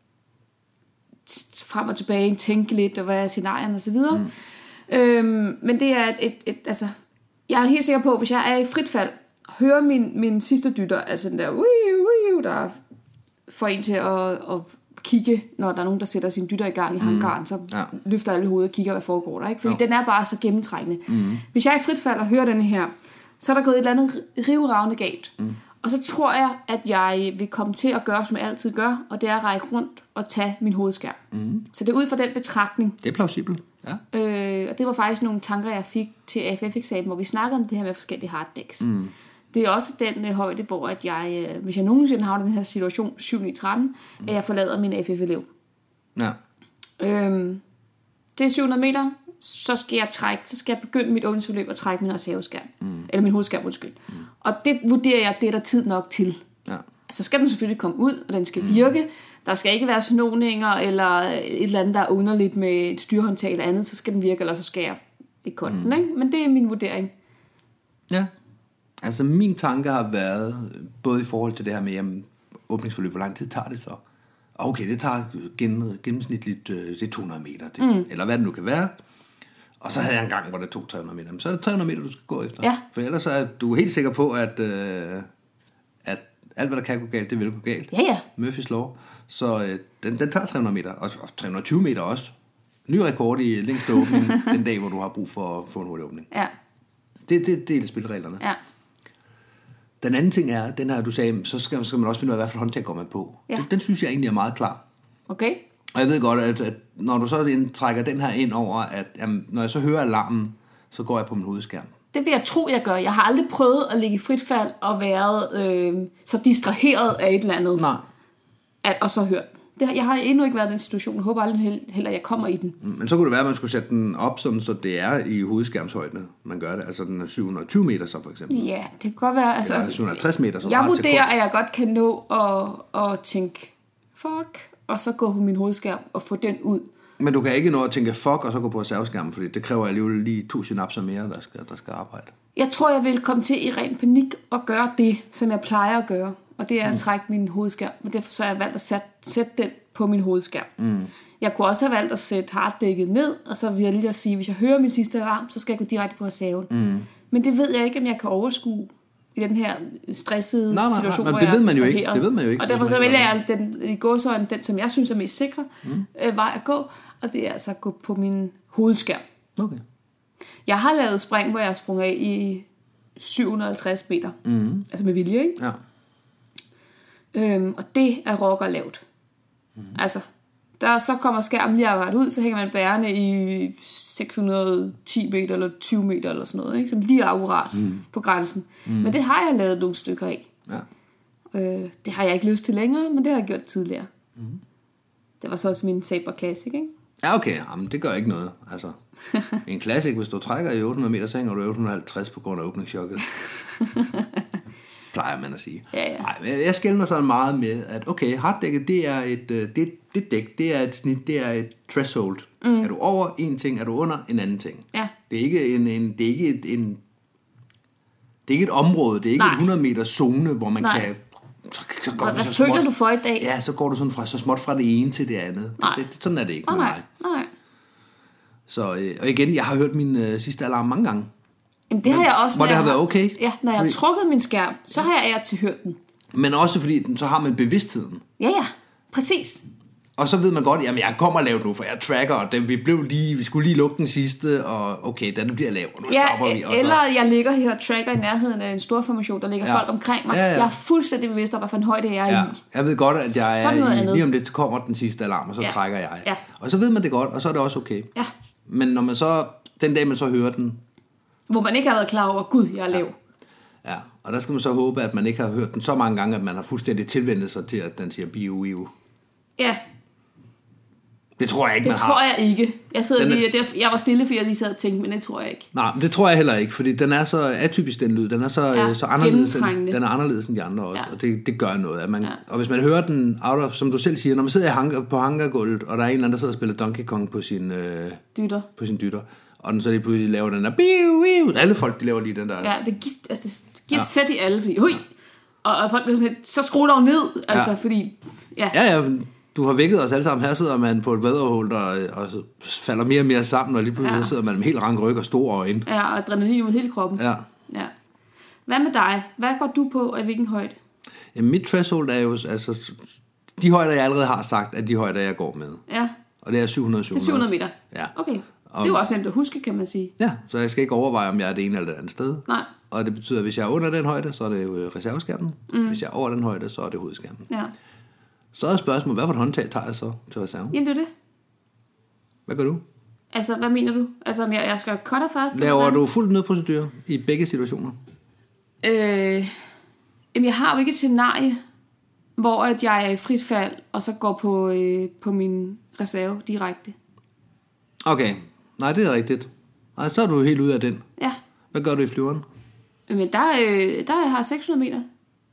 frem og tilbage, en tænke lidt, og hvad er scenarierne og så videre. Mm. Øhm, men det er et, et, et, altså, jeg er helt sikker på, hvis jeg er i frit fald, hører min, min sidste dytter, altså den der, ui, ui, der får en til at, at kigge, når der er nogen, der sætter sine dytter i gang i hangaren, mm. så ja. løfter alle hovedet og kigger, hvad foregår der, ikke? Fordi jo. Den er bare så gennemtrængende. Mm. Hvis jeg er i frit fald og hører den her, så er der gået et eller andet rivravne galt. Mm. Og så tror jeg, at jeg vil komme til at gøre, som jeg altid gør, og det er at række rundt og tage min hovedskærm. Mm. Så det er ud fra den betragtning. Det er plausibelt, ja. Øh, og det var faktisk nogle tanker, jeg fik til A F F-eksamen, hvor vi snakkede om det her med forskellige harddecks. Mm. Det er også den øh, højde, hvor at jeg, øh, hvis jeg nogensinde har den her situation, syv ni tretten, mm. at jeg forlader min A F F-elev. Ja. Øhm, det er syv hundrede meter, så skal jeg trække, så skal jeg begynde mit åbningsforløb og trække min reserveskærm. Mm. Eller min hovedskærm, undskyld. Mm. Og det vurderer jeg, det er der tid nok til. Ja. Så skal den selvfølgelig komme ud, og den skal virke. Mm. Der skal ikke være snoninger, eller et eller andet, der er underligt med et styrhåndtag eller andet, så skal den virke, eller så skal jeg ikke kolde den, ikke? Men det er min vurdering. Ja. Altså min tanke har været, både i forhold til det her med jamen, åbningsforløb, hvor lang tid tager det så? Okay, det tager gennemsnitligt det er to hundrede meter, det, mm. eller hvad det nu kan være. Og så havde jeg en gang, hvor det tog tre hundrede meter. Men så er det tre hundrede meter, du skal gå efter. Ja. For ellers er du helt sikker på, at, øh, at alt, hvad der kan gå galt, det vil gå galt. Ja, ja. Murphys lov. Så øh, den, den tager tre hundrede meter, og tre hundrede og tyve meter også. Ny rekord i længste åbning, den dag, hvor du har brug for at få en hurtig åbning. Ja. Det, det, det er spilreglerne. Ja. Den anden ting er, den her, du sagde, så skal, skal man også finde ud af, hvad for håndtag går man på. Ja. Den, den synes jeg egentlig er meget klar. Okay. Og jeg ved godt, at, at når du så trækker den her ind over, at jamen, når jeg så hører alarmen, så går jeg på min hovedskærm. Det vil jeg tro, jeg gør. Jeg har aldrig prøvet at ligge i frit fald og været øh, så distraheret af et eller andet. Nej. At, og så hørt. Det, jeg har endnu ikke været i den situation. Jeg håber aldrig heller, at jeg kommer i den. Men så kunne det være, at man skulle sætte den op, sådan, så det er i hovedskærmshøjde, man gør det. Altså den er syv hundrede og tyve meter så for eksempel. Ja, det kan godt være. Altså, eller syv hundrede og halvtreds meter. Så jeg vurderer, at jeg godt kan nå at, at tænke, fuck, og så gå på min hovedskærm og få den ud. Men du kan ikke nå at tænke fuck, og så gå på reserveskærmen, fordi det kræver alligevel lige to synapser mere, der skal, der skal arbejde. Jeg tror, jeg vil komme til i ren panik at gøre det, som jeg plejer at gøre. Og det er at mm. trække min hovedskærm. Og derfor så har jeg valgt at sætte, sætte den på min hovedskærm. Mm. Jeg kunne også have valgt at sætte harddækket ned, og så vil jeg lige at sige, hvis jeg hører min sidste alarm, så skal jeg gå direkte på reserven. Mm. Men det ved jeg ikke, om jeg kan overskue i den her stressede nej, nej, situation, nej, hvor jeg er distraheret. Det ved man jo ikke. Og derfor så vælger jeg den, i gåseøjne, den som jeg synes er mest sikre mm. øh, vej at gå, og det er altså at gå på min hovedskærm. Okay. Jeg har lavet spring, hvor jeg har sprunget af i syv hundrede og halvtreds meter. Mm. Altså med vilje, ikke? Ja. Øhm, og det er rocker lavt. Mm. Altså, der så kommer skærmen lige arbejdet ud, så hænger man bærende i seks hundrede og ti meter eller tyve meter eller sådan noget, ikke? Sådan lige akkurat mm. på grænsen. Mm. Men det har jeg lavet nogle stykker af. Ja. Øh, det har jeg ikke lyst til længere, men det har jeg gjort tidligere. Mm. Det var så også min Saber Classic, ikke? Ja, okay. Jamen, det gør ikke noget. Altså, en Classic, hvis du trækker i otte hundrede meter, så hænger du otte hundrede og halvtreds på grund af åbningschokket. Plejer man at sige. Ja, ja. Nej, jeg skelner sådan meget med, at okay, harddækket, det er et det, det dæk, det er et snit, det er et threshold. Mm. Er du over en ting, er du under en anden ting. Ja. Det er ikke en, en det er ikke et, en det er ikke et område, det er ikke Nej. et hundrede meter zone, hvor man Nej. kan så, så går hvad så føler småt, du for i dag? Ja, så går du sådan fra så småt fra det ene til det andet. Nej. Det, det, sådan er det ikke oh, med nej. mig. Nej. Så, øh, og igen, jeg har hørt min øh, sidste alarm mange gange. Jamen, det har jeg også, hvor det har været okay. Ja, når jeg fordi... har trukket min skærm, så har jeg af til hørt den. Men også fordi, så har man bevidstheden. Ja, ja, præcis. Og så ved man godt, jamen jeg kommer lavt nu, for jeg tracker, og det, vi blev lige, vi skulle lige lukke den sidste, og okay, den bliver lav, og nu ja, stopper vi. Og eller så... jeg ligger her og tracker i nærheden af en stor formation, der ligger ja. folk omkring mig. Ja, ja. Jeg er fuldstændig bevidst om, hvad for en højde jeg er ja. i. Jeg ved godt, at jeg er i, lige om lidt kommer den sidste alarm, og så ja. trækker jeg. Ja. Og så ved man det godt, og så er det også okay. Ja. Men når man så, den dag man så hører den... Hvor man ikke har været klar over, gud, jeg er lav. Ja. ja, og der skal man så håbe, at man ikke har hørt den så mange gange, at man har fuldstændig tilvendt sig til, at den siger biu, iu. Ja. Det tror jeg ikke, det man tror har. jeg ikke. Jeg, sidder er... lige, der, jeg var stille, fordi jeg lige sad og tænkte, men det tror jeg ikke. Nej, men det tror jeg heller ikke, fordi den er så atypisk, den lyd. Den er så, ja, så anderledes, end, den er anderledes end de andre også, ja. og det, det gør noget. At man, ja. Og hvis man hører den, out of, som du selv siger, når man sidder i hangar, på hangargulvet, og der er en eller anden, der sidder og spiller Donkey Kong på sin, øh, dytter. på sin dytter, og den så lige pludselig laver den der, biu, biu. Alle folk, de laver lige den der. Ja, det giver, altså, det giver ja. et sæt i alle, fordi, hui, og, og folk bliver sådan lidt, så skru dog ned, altså, ja. fordi, ja. Ja, ja, du har vækket os alle sammen. Her sidder man på et vædderhul, der og så falder mere og mere sammen, og lige pludselig ja. sidder man med helt rank ryg og store øjne. Ja, og adrenalin ud hele kroppen. Ja. ja. Hvad med dig? Hvad går du på, og hvilken højde? Jamen, mit threshold er jo, altså, de højder, jeg allerede har sagt, er de højder, jeg går med. Ja. Og det er syv hundrede syv hundrede. Det er syv hundrede meter? Ja. Okay. Det er jo også nemt at huske, kan man sige. Ja, så jeg skal ikke overveje, om jeg er det ene eller det andet sted. Nej. Og det betyder, at hvis jeg er under den højde, så er det jo reserveskærmen. Mm. Hvis jeg er over den højde, så er det hovedskærmen. Ja. Så er spørgsmålet, hvad for et håndtag tager jeg så til reserve? Jamen, det er det. Hvad gør du? Altså, hvad mener du? Altså, om jeg, jeg skal cutter først? Laver du fuldt nødprocedure i begge situationer? Øh, jamen, jeg har jo ikke et scenarie, hvor at jeg er i frit fald, og så går på, øh, på min reserve direkte. Okay. Nej, det er rigtigt. Nej, så er du helt ude af den. Ja. Hvad gør du i flyveren? Men der, øh, der har jeg seks hundrede meter.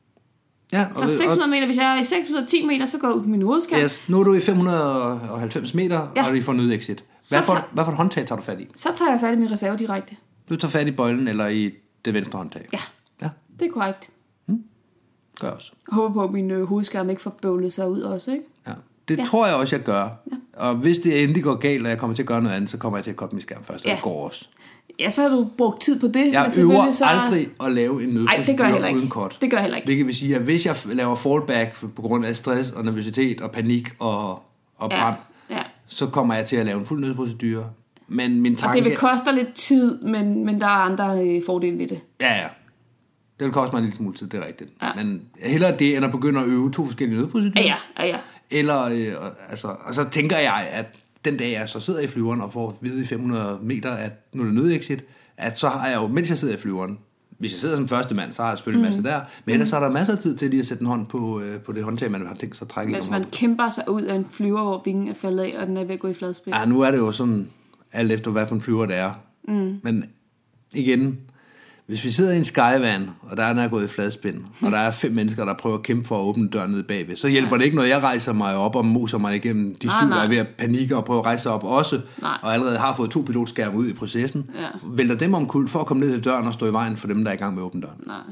Ja, så seks hundrede meter, hvis jeg er i seks hundrede og ti meter, så går jeg ud på min hovedskærm. Yes, nu er du i fem hundrede og halvfems meter, ja. og du får nødexit. Hvad for, tager, hvad for et håndtag tager du fat i? Så tager jeg fat i min reserve direkte. Du tager fat i bøjlen eller i det venstre håndtag? Ja, ja. Det er korrekt. Hmm. Gør jeg også. Jeg håber på, at min øh, hovedskærm ikke får bøvlet sig ud også, ikke? Ja, det ja. tror jeg også, jeg gør. Ja. Og hvis det endelig går galt, og jeg kommer til at gøre noget andet, så kommer jeg til at koble min skærm først, og ja. det går også. Ja, så har du brugt tid på det. Jeg men øver så... aldrig at lave en nødprocedure uden kort. Det gør jeg heller ikke. Hvilket vil sige, at hvis jeg laver fallback på grund af stress og nervøsitet og panik og, og brand, ja. Ja. så kommer jeg til at lave en fuld nødprocedure. Men min tanke... Og det vil koste lidt tid, men, men der er andre øh, fordele ved det. Ja, ja. Det vil koste mig en lille smule tid, det er rigtigt. Ja. Men hellere det, end at begynde at øve to forskellige nødprocedurer. Ja, ja, ja. Eller, øh, altså, og så tænker jeg, at den dag jeg så sidder i flyveren og får at vide i fem hundrede meter, at nu er det nødexit, at så har jeg jo, mens jeg sidder i flyveren, hvis jeg sidder som første mand, så har jeg selvfølgelig mm. masser der, men ellers mm. så er der masser af tid til lige at sætte en hånd på, øh, på det håndtag, man har tænkt sig at trække. Hvis man kæmper sig ud af en flyver, hvor vingen er faldet af, og den er ved at gå i fladspil. Ja, nu er det jo sådan, alt efter hvad for en flyver det er. Mm. Men igen, hvis vi sidder i en skyvan, og der er, der er gået i fladspind, mm. og der er fem mennesker, der prøver at kæmpe for at åbne døren ned bagved, så hjælper ja. det ikke, når jeg rejser mig op og moser mig igennem de syv, der er ved at panikke og prøve at rejse sig op også, nej. og allerede har fået to pilotskærme ud i processen, ja. vælter dem omkuld for at komme ned til døren og stå i vejen for dem, der er i gang med at åbne døren. Nej.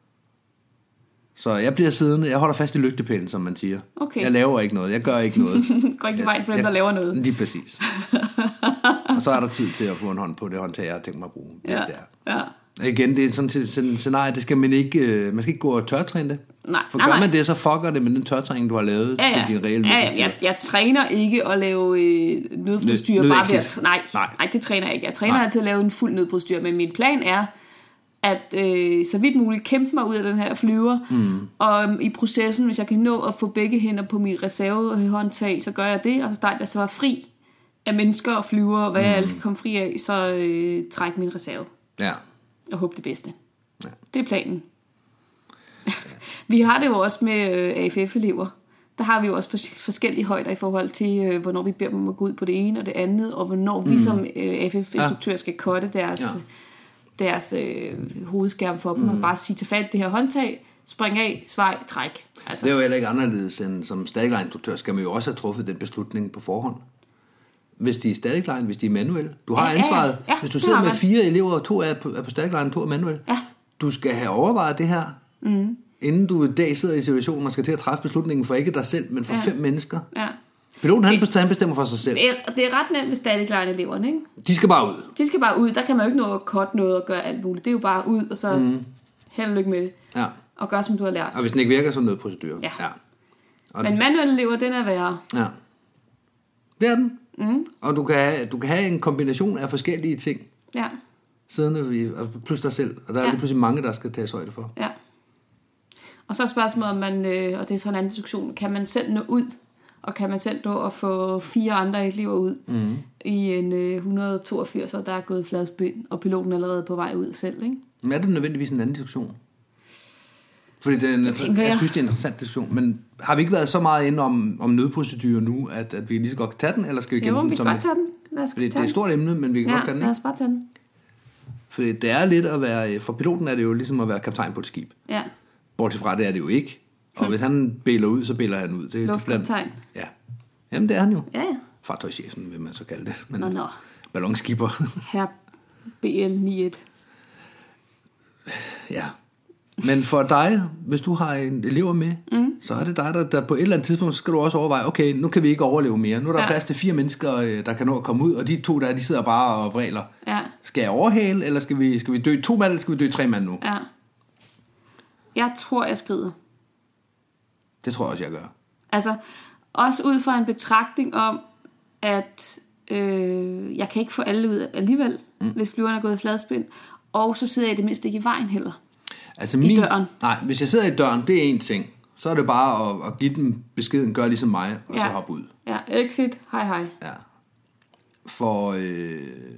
Så jeg bliver siddende, jeg holder fast i lygtepælen, som man siger. Okay. Jeg laver ikke noget, jeg gør ikke noget. Går ikke i vejen for dem, jeg, der laver noget. Lige præcis. Og så er der tid til at få en hånd på det håndtag, jeg har tænkt mig at bruge, hvis ja. det er. Ja. Igen, det er sådan et scenarie, det skal man ikke, man skal ikke gå og tørtræne det. Nej, For nej, gør man nej. det, så fucker det med den tørtræning, du har lavet ja, ja. til din reelle ja, ja. Jeg, jeg træner ikke at lave øh, nødprocedurer Nød, bare ved at... Nej, nej. nej, det træner jeg ikke. Jeg træner altid at lave en fuld nødprocedur, men min plan er, at øh, så vidt muligt kæmpe mig ud af den her flyver, mm. og um, i processen, hvis jeg kan nå at få begge hænder på min reservehåndtag, så gør jeg det, og så starter jeg så var fri af mennesker og flyver, og hvad mm. jeg ellers kan komme fri af, så øh, træk min reserve. Ja. Og håbe det bedste. Ja. Det er planen. Ja. Vi har det jo også med øh, A F F-elever. Der har vi jo også fors- forskellige højder i forhold til, øh, hvornår vi beder dem at gå ud på det ene og det andet, og hvornår mm. vi som øh, A F F-instruktør ja. skal cutte deres, ja. deres øh, hovedskærm for dem, mm. og bare sige til fat det her håndtag, spring af, svej, træk. Altså. Det er jo heller ikke anderledes end som static line-instruktør, skal man jo også have truffet den beslutning på forhånd. Hvis de er static line, hvis de er manuelle. Du har ja, ansvaret. Ja, ja. Hvis du sidder med fire elever, og to er på, er på static line, to er manuelle. Ja. Du skal have overvejet det her, mm. inden du i dag sidder i situationen, man skal til at træffe beslutningen for ikke dig selv, men for ja. fem mennesker. Ja. Piloten, han, det, han bestemmer for sig selv. Det er, det er ret nemt ved static-line eleverne, ikke? De skal bare ud. De skal bare ud. Der kan man jo ikke nå at cutte noget og gøre alt muligt. Det er jo bare ud, og så mm. held og lykke med det. Ja. Og gør, som du har lært. Og hvis den ikke virker, så er noget procedure. Ja. ja. Og Men manuelle elever, den er værre. Ja. Det er den. Mm. Og du kan, have, du kan have en kombination af forskellige ting. Ja. Siddende plus dig selv. Og der er ja. pludselig mange, der skal tages højde for. Ja. Og så er spørgsmålet, om man, øh, og det er sådan en anden diskussion, kan man selv nå ud? Og kan man selv nå at få fire andre elever ud mm. i en øh, et hundrede og toogfirs, der er gået fladspind, og piloten er allerede på vej ud selv, ikke? Men er det nødvendigvis en anden diskussion? Fordi det er en, det jeg, jeg synes, det er en interessant diskussion. Men har vi ikke været så meget inde om, om nødprocedurer nu, at, at vi lige så godt kan tage den, eller skal vi gennem den? Jo, vi kan godt tage den. Lad os fordi det er et stort emne, men vi kan ja, godt tage den, ikke? lad os bare tage den. Fordi det er lidt at være, for piloten er det jo ligesom at være kaptajn på et skib. Ja. Bortset fra, det er det jo ikke. Og hvis han bæler ud, så bæler han ud. Det, Luftkaptajn. Ja. Jamen, det er han jo. Ja, ja. Fartøjschefen, vil man så kalde det. Men nå, nå. Ballonskipper. Her B L ni et. Ja. Men for dig, hvis du har en elever med, mm. så er det dig, der, der på et eller andet tidspunkt, så skal du også overveje, okay, nu kan vi ikke overleve mere. Nu er der ja. plads til fire mennesker, der kan nå at komme ud, og de to der, de sidder bare og vræler. Ja. Skal jeg overhale, eller skal vi, skal vi dø to mand, eller skal vi dø tre mand nu? Ja. Jeg tror, jeg skrider. Det tror jeg også, jeg gør. Altså, også ud fra en betragtning om, at øh, jeg kan ikke få alle ud alligevel, mm. hvis flyveren er gået i fladspind, og så sidder jeg i det mindste ikke i vejen heller. Altså min, I døren. Nej, hvis jeg sidder i døren, det er en ting. Så er det bare at, at give dem beskeden, gør ligesom mig, og ja. så hoppe ud. Ja, exit, hej hej. Ja. For, øh,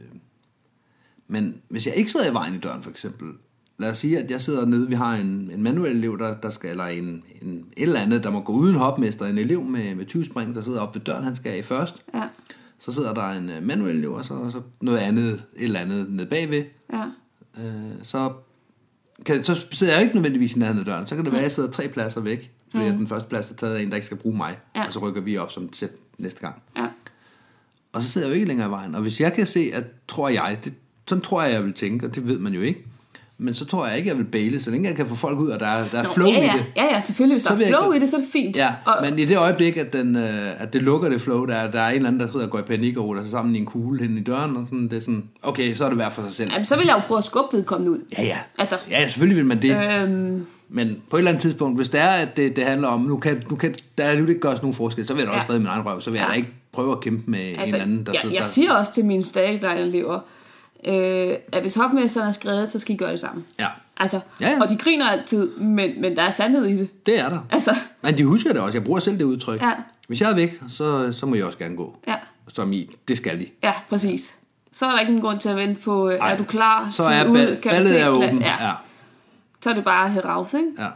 men hvis jeg ikke sidder i vejen i døren, for eksempel, lad os sige, at jeg sidder nede, vi har en, en manuel elev, der, der skal, eller en, en et eller andet, der må gå uden hopmester, en elev med, med tyve spring, der sidder op ved døren, han skal af først. Ja. Så sidder der en manuel elev, og så, og så noget andet, et eller andet nede bagved. Ja. Øh, så, kan, så sidder jeg ikke nødvendigvis i nærheden af døren. Så kan det være, at jeg sidder tre pladser væk, fordi mm. den første plads er taget af en, der ikke skal bruge mig. Ja. Og så rykker vi op som sæt næste gang. Ja. Og så sidder jeg jo ikke længere i vejen. Og hvis jeg kan se, at tror jeg, det, sådan tror jeg, jeg vil tænke, og det ved man jo ikke. Men så tror jeg ikke, jeg vil bæle, så længe jeg kan få folk ud, og der er, der er Nå, flow ja, ja. i det. Ja, ja, selvfølgelig. Hvis der er flow jeg... i det, så er det fint. Ja, og... men i det øjeblik, at, den, øh, at det lukker det flow, der, der er en eller anden, der sidder og går i panik og ruller sig sammen i en kugle hen i døren, og sådan, det er sådan, okay, så er det værd for sig selv. Jamen, så vil jeg jo prøve at skubbe vedkommende ud. Ja, ja. Altså, ja, selvfølgelig vil man det. Øhm... Men på et eller andet tidspunkt, hvis det er, at det, det handler om, nu kan, nu kan der jo ikke gøres nogen forskel, så vil jeg da også redde min egen røv, så vil jeg ja. da ikke prøve at kæmpe med altså, en eller anden, der jeg, sidder jeg der. siger også til mine stadig-elever, øh, at hvis hopmesteren er skrevet, så skal I gøre det sammen. Ja. Altså, ja, ja. Og de griner altid, men, men der er sandhed i det. Det er der. Altså. Men de husker det også. Jeg bruger selv det udtryk. Ja. Hvis jeg er væk, så, så må jeg også gerne gå. Ja. Som i, det skal de. Ja, præcis. Så er der ikke en grund til at vente på, Ej. er du klar? Så er ud, kan ballet er åben. Ja. Ja. Så er det bare heraus, ikke? Ja.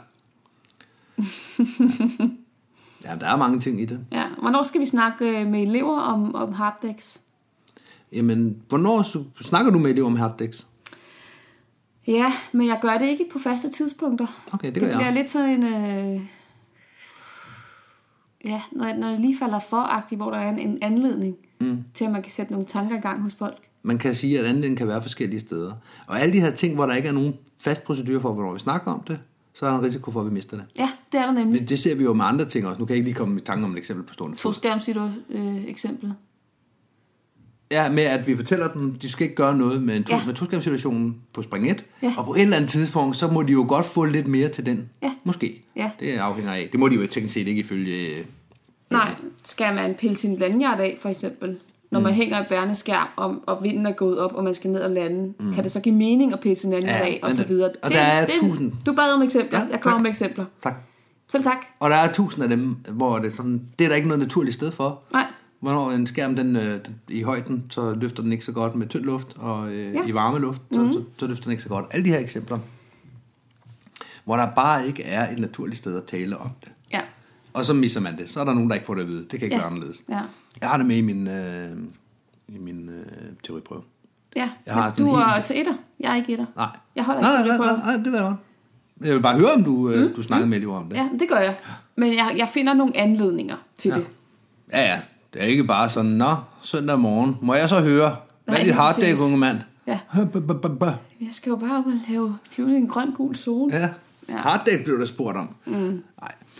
Ja, der er mange ting i det. Ja. Hvornår skal vi snakke med elever om, om harddecks? Jamen, hvornår snakker du med elever om harddecks? Ja, men jeg gør det ikke på faste tidspunkter. Okay, det, det gør jeg. Det bliver lidt sådan en... Øh, ja, når, når det lige falder for-agtigt, hvor der er en, en anledning mm. til, at man kan sætte nogle tanker i gang hos folk. Man kan sige, at anledningen kan være forskellige steder. Og alle de her ting, hvor der ikke er nogen fast procedure for, hvornår vi snakker om det, så er der en risiko for, at vi mister det. Ja, det er der nemlig. Det, det ser vi jo med andre ting også. Nu kan jeg ikke lige komme i tanke om et eksempel på stående fod. To-skærm siger du øh, eksemplet. Ja, med at vi fortæller dem, de skal ikke gøre noget med, en to, ja. med to-skærmsituationen på spring et. Ja. Og på et eller andet tidspunkt, så må de jo godt få lidt mere til den. Ja. Måske. Ja. Det afhænger af. Det må de jo teknisk set ikke ifølge... Øh, Nej, skal man pille sin lanyard af, for eksempel? Når man mm. hænger i bærneskærm, og, og vinden er gået op, og man skal ned og lande. Mm. Kan det så give mening at pille sin lanyard ja, af, og så videre? Og det, der er det, tusind. Du bad om eksempler. Ja, jeg kommer tak. med eksempler. Tak. Selv tak. Og der er tusind af dem, hvor det, sådan, det er der ikke noget naturligt sted for. Nej. Hvornår en skærm den, øh, den, i højden, så løfter den ikke så godt med tynd luft, og øh, ja. i varme luft, så, mm. så, så løfter den ikke så godt. Alle de her eksempler, hvor der bare ikke er et naturligt sted at tale om det. Ja. Og så misser man det. Så er der nogen, der ikke får det at vide. Det kan ikke ja. være anderledes. Ja. Jeg har det med i min, øh, i min øh, teoriprøve. Ja, jeg har du er også etter. Jeg er ikke etter. Nej. Jeg holder nej, ikke teoriprøve. Nej, nej, nej, det vil jeg godt. Jeg vil bare høre, om du, øh, mm. du snakker mm. med elever om det. Ja, det gør jeg. Men jeg, jeg finder nogle anledninger til ja. det. Ja, ja. Det er ikke bare sådan, nå, søndag morgen. Må jeg så høre? Hvad er dit harddæk, unge mand? Ja. Jeg skal jo bare op og lave flyvning i en grøn-gul zone. Ja. ja. Harddæk blev der spurgt om. Mm. Nej.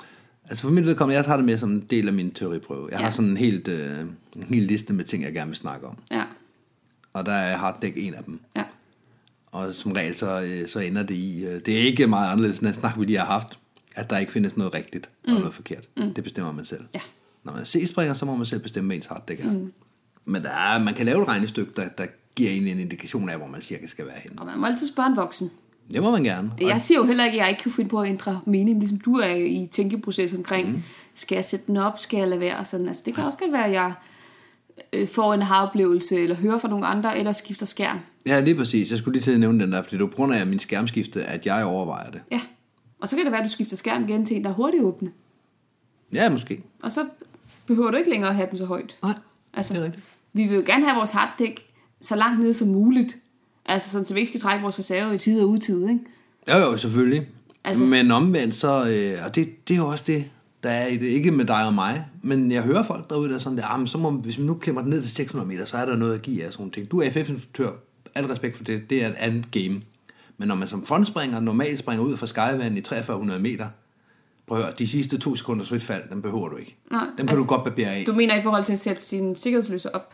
Altså for mit vedkommende, jeg tager det med som en del af min teoriprøve. Jeg ja. har sådan en helt, øh, en hel liste med ting, jeg gerne vil snakke om. Ja. Og der er harddæk en af dem. Ja. Og som regel, så, øh, så ender det i... Øh, det er ikke meget anderledes, end den snak, vi lige har haft, at der ikke findes noget rigtigt og mm. noget forkert. Mm. Det bestemmer man selv. Ja. Når man er C-springer, så må man selv bestemme, hvad ens harddæk er. Mm. Men der er, man kan lave et regnestykke, der, der giver en en indikation af, hvor man cirka skal være henne. Og man må altid spørge en voksen. Det må man gerne. Og jeg siger jo heller ikke, at jeg ikke kan finde på at ændre mening, ligesom du er i tænkeproces omkring, mm. skal jeg sætte den op, skal jeg lade være? Sådan. Altså, det kan også godt være, at jeg øh, får en haroplevelse, eller hører fra nogle andre, eller skifter skærm. Ja, lige præcis. Jeg skulle lige til at nævne den der, fordi det er på grund af min skærmskifte, at jeg overvejer det. Ja, og så kan det være, at du skifter skærm igen til en, der er hurtigt åbne. Ja, måske. Og så behøver du ikke længere at have den så højt. Nej, altså, det er rigtigt. Vi vil jo gerne have vores harddæk så langt nede som muligt. Altså sådan, så vi ikke skal trække vores reserve i tid og utid, ikke? Jo, jo, selvfølgelig. Altså, men omvendt, så, øh, og det, det er jo også det, der er i det. Ikke med dig og mig, men jeg hører folk derude, der er sådan, der, ah, men så må, hvis vi nu klemmer den ned til seks hundrede meter, så er der noget at give af sådan nogle ting. Du er F F-instruktør, al respekt for det, det er et andet game. Men når man som frontspringer normalt springer ud fra Skyvand i fyrre hundrede meter, prøv at høre, de sidste to sekunders frit fald, dem behøver du ikke. Nej, dem kan altså, du godt barbere af. Du mener i forhold til at sætte sin sikkerhedsløser op?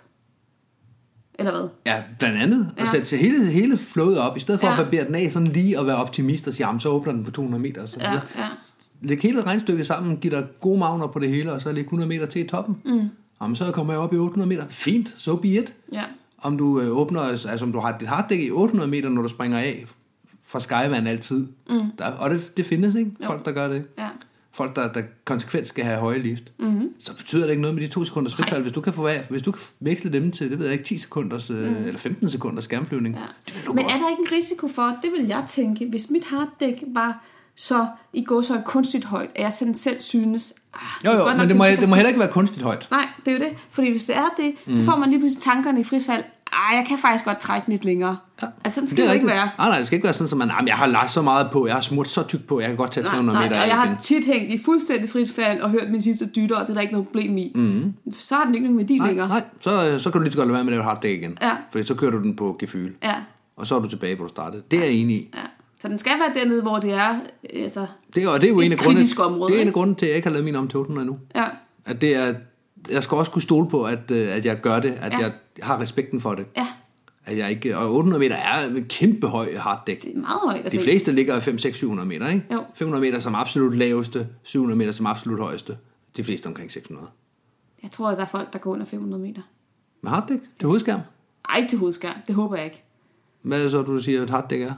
Eller hvad? Ja, blandt andet. Ja. At sætte hele, hele flowet op, i stedet for ja. at barbere den af sådan lige og være optimist og sige, jamen så åbner den på to hundrede meter og så videre. Ja, ja. Læg hele regnstykket sammen, giv dig gode magner på det hele, og så læg hundrede meter til i toppen. Mm. Jamen så kommer jeg op i otte hundrede meter. Fint, so be it. Ja. Om du øh, åbner, altså om du har dit harddæk i otte hundrede meter, når du springer af fra Skyvand altid. Mm. Der, og det, det findes, ikke? Jo. Folk, der gør det. Ja. Folk, der, der konsekvent skal have høje lift. Mm-hmm. Så betyder det ikke noget med de to sekunders fritfald. Hvis du kan få, hvis du kan veksle dem til, det ved jeg ikke, ti sekunders mm. eller femten sekunders skærmflyvning. Ja. Men godt. Er der ikke en risiko for, det vil jeg tænke, hvis mit harddæk var så i går så kunstigt højt, at jeg sådan selv synes... Ah, jo, jo, men det må, det må heller ikke være kunstigt højt. Nej, det er jo det. Fordi hvis det er det, mm. så får man lige pludselig tankerne i fritfald. Ej, jeg kan faktisk godt trække den lidt længere. Ja. Altså, sådan skal det, det ikke være. Nej, nej, det skal ikke være sådan, at man, jeg har lagt så meget på, jeg har smurt så tykt på, jeg kan godt tage tre hundrede nej, meter nej, og jeg igen. har tit hængt i fuldstændig frit fald og hørt min sidste dytter, og det er der ikke noget problem i. Mm. Så har den ikke nogen værdi nej, længere. Nej, så, så kan du lige så godt lade være med at lave harddæk igen. Ja. Fordi så kører du den på gefyl. Ja. Og så er du tilbage, hvor du startede. Det er jeg enig i. Ja. Så den skal være dernede, hvor det er, altså, det er, og det er jo en af kritisk grunde, område. Det er en af grunden til, at jeg ikke har lavet min om til otte hundrede endnu. Ja. At det er, jeg skal også kunne stole på, at, at jeg gør det, at ja. jeg har respekten for det. Ja. At jeg ikke, og otte hundrede meter er en kæmpe høj harddæk. Det er meget højt. Altså. De fleste ligger fem seks syv hundrede meter, ikke? Jo. fem hundrede meter som absolut laveste, syv hundrede meter som absolut højeste. De fleste omkring seks hundrede. Jeg tror, at der er folk, der går under fem hundrede meter. Med harddæk? Til hovedskærm? Ej, ikke til hovedskærm. Det håber jeg ikke. Hvad er det så, du siger, at harddæk er?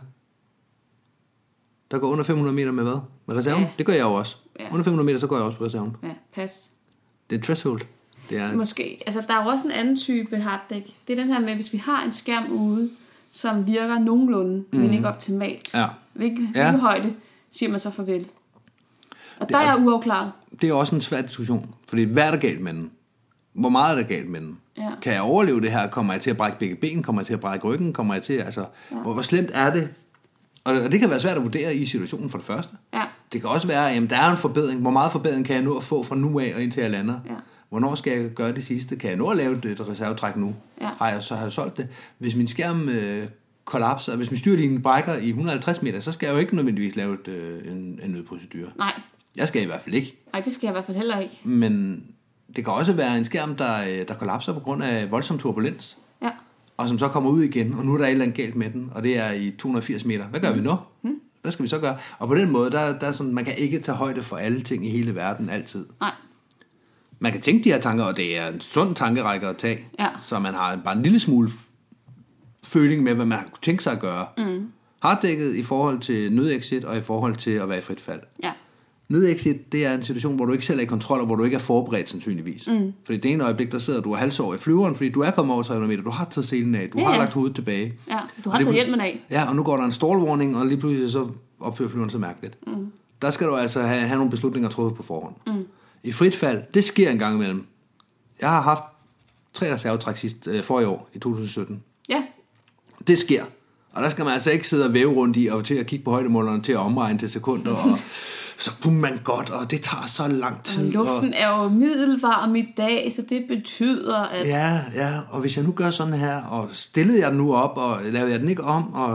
Der går under fem hundrede meter med hvad? Med reserven? Ja. Det gør jeg jo også. Ja. Under fem hundrede meter, så går jeg også på reserven. Ja, pas. Det er threshold. Det er... Måske. Altså, der er jo også en anden type harddæk. Det er den her med, hvis vi har en skærm ude, som virker nogenlunde, mm. men ikke optimalt. Ja. Hvilke, ja. hvilke højde siger man så farvel? Og det der er jeg uafklaret. Det er også en svær diskussion. Fordi hvad er der galt med den? Hvor meget er der galt med den? Ja. Kan jeg overleve det her? Kommer jeg til at brække begge ben? Kommer jeg til at brække ryggen? Kommer jeg til, altså, ja. hvor, hvor slemt er det? Og det kan være svært at vurdere i situationen for det første. Ja. Det kan også være, at der er en forbedring. Hvor meget forbedring kan jeg nå at få fra nu af og indtil jeg lander? Ja. Hvornår skal jeg gøre det sidste? Kan jeg nå at lave et reservetræk nu? Ja. Har jeg så har jeg solgt det? Hvis min skærm øh, kollapser, hvis min styrlinje brækker i et hundrede og halvtreds meter, så skal jeg jo ikke nødvendigvis lave et, øh, en, en nødprocedure. Nej. Jeg skal i hvert fald ikke. Nej, det skal jeg i hvert fald heller ikke. Men det kan også være en skærm, der, der kollapser på grund af voldsom turbulens. Ja. Og som så kommer ud igen, og nu er der et eller andet galt med den, og det er i to hundrede og firs meter. Hvad gør mm. vi nu? Mm. Hvad skal vi så gøre? Og på den måde, der, der er sådan, man kan ikke tage højde for alle ting i hele verden altid. Nej. Man kan tænke de her tanker, og det er en sund tankerække at tage, ja. Så man har bare en lille smule føling med, hvad man kunne tænke sig at gøre. Mm. Harddækket i forhold til nødexit, og i forhold til at være i frit fald. Ja. Nødexit, det er en situation, hvor du ikke selv er i kontrol, og hvor du ikke er forberedt sandsynligvis. Mm. Fordi det ene øjeblik, der sidder du og halvsår i flyveren, fordi du er kommet over tre hundrede meter, du har taget selen af, du ja, har lagt hovedet tilbage. Ja, du har taget hjelmen af. Ja, og nu går der en stall warning, og lige pludselig så opfører flyveren så mærkeligt. Mm. Der skal du altså have, have nogle beslutninger truffet på forhånd. Mm. I frit fald, det sker en gang imellem. Jeg har haft tre reservetræk sidst, øh, for i år, i to tusind og sytten. Ja. Det sker. Og der skal man altså ikke sidde og væve rundt i, og til at kigge på højdemålerne, til at omregne til sekunder, og så kunne man godt, og det tager så lang tid. Og luften og er jo middelvarm i dag, så det betyder, at... Ja, ja, og hvis jeg nu gør sådan her, og stillede jeg den nu op, og lavede jeg den ikke om, og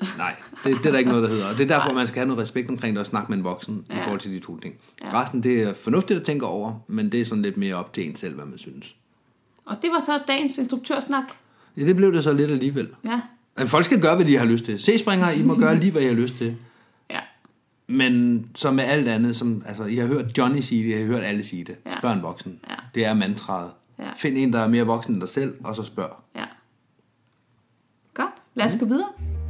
Nej, det, det er der ikke noget, der hedder. Og det er derfor, man skal have noget respekt omkring det og snakke med en voksen ja. i forhold til de to ting. Ja. Resten, det er fornuftigt at tænke over, men det er sådan lidt mere op til en selv, hvad man synes. Og det var så dagens instruktørsnak. Ja, det blev det så lidt alligevel. Ja. Men folk skal gøre, hvad de har lyst til. C-springere, I må gøre lige, hvad I har lyst til. Ja. Men som med alt andet, som, altså, I har hørt Johnny sige det, I har hørt alle sige det. Ja. Spørg en voksen. Ja. Det er mantraet. Ja. Find en, der er mere voksen end dig selv, og så spørg. Ja. Godt. Lad os mm. gå videre.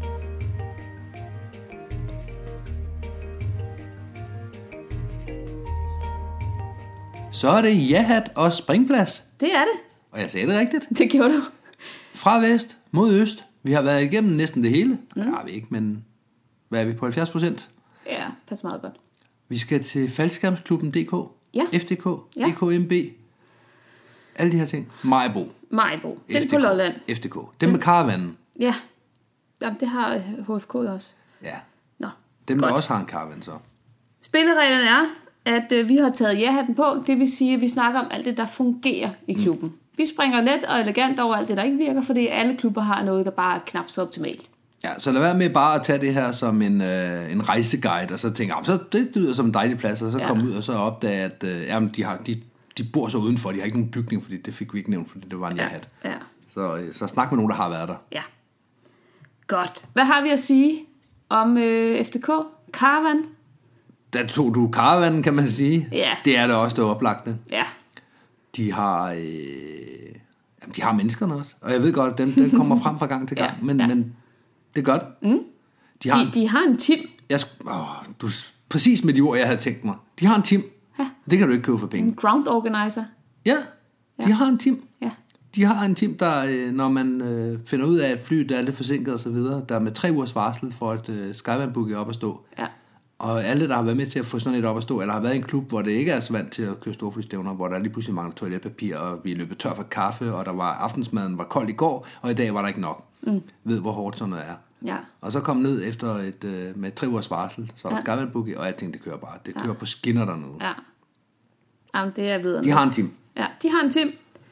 Så er det ja-hat og springplads. Det er det. Og jeg sagde det rigtigt. Det gjorde du. Fra vest mod øst. Vi har været igennem næsten det hele. Mm. Det har vi ikke, men hvad er vi på halvfjerds procent? Ja, pas meget godt. Vi skal til Faldskærmsklubben punktum d k, ja. F D K, ja. E K M B, alle de her ting. Majbo. Majbo. Den F D K, på Lolland. F D K. Dem med karavanen. Ja. Jamen, det har H F K også. Ja. Nå, Dem, godt. der også har en karavan, så. Spillereglerne er, at øh, vi har taget ja-hatten på. Det vil sige, at vi snakker om alt det, der fungerer i klubben. Mm. Vi springer let og elegant over alt det, der ikke virker, fordi alle klubber har noget, der bare er knap så optimalt. Ja, så lad være med bare at tage det her som en, øh, en rejseguide, og så tænke, så det lyder som en dejlig plads, og så ja. komme ud og så opdage, at øh, jamen, de, har, de, de bor så udenfor, de har ikke nogen bygning, fordi det fik vi ikke nævnt, fordi det var en ja-hat. Ja. Så, øh, så snak med nogen, der har været der. Ja. Godt. Hvad har vi at sige om øh, F D K? Caravan? Der tog du caravanen, kan man sige. Ja. Det er det også, det oplagte. Ja. De har, øh, jamen, de har menneskerne også. Og jeg ved godt, den, den kommer frem fra gang til gang. ja, men, ja. men det gør den. Mm. De, har de, en, de har en team. Jeg, åh, du, præcis med de ord, jeg havde tænkt mig. De har en team. Ja. Det kan du ikke købe for penge. En ground organizer. Ja, de ja. har en team. Ja. De har en team, der, når man øh, finder ud af, at flyet er lidt forsinket og så videre, der er med tre ugers varsel for at øh, Skyvandbooket op at stå. Ja. Og alle, der har været med til at få sådan et op at stå, eller har været i en klub, hvor det ikke er så vant til at køre storflystævner, hvor der lige pludselig mangler toiletpapir, og vi løbet tør for kaffe, og der var aftensmaden var kold i går, og i dag var der ikke nok. Mm. Ved, hvor hårdt sådan noget er. Ja. Og så kom ned efter et, øh, med et tre ugers varsel, så er der ja. Skyvandbooket, og jeg tænkte, det kører bare. Det kører ja. på skinner dernede. Ja. Jamen, det er videre. De har en team. Ja, de har en team.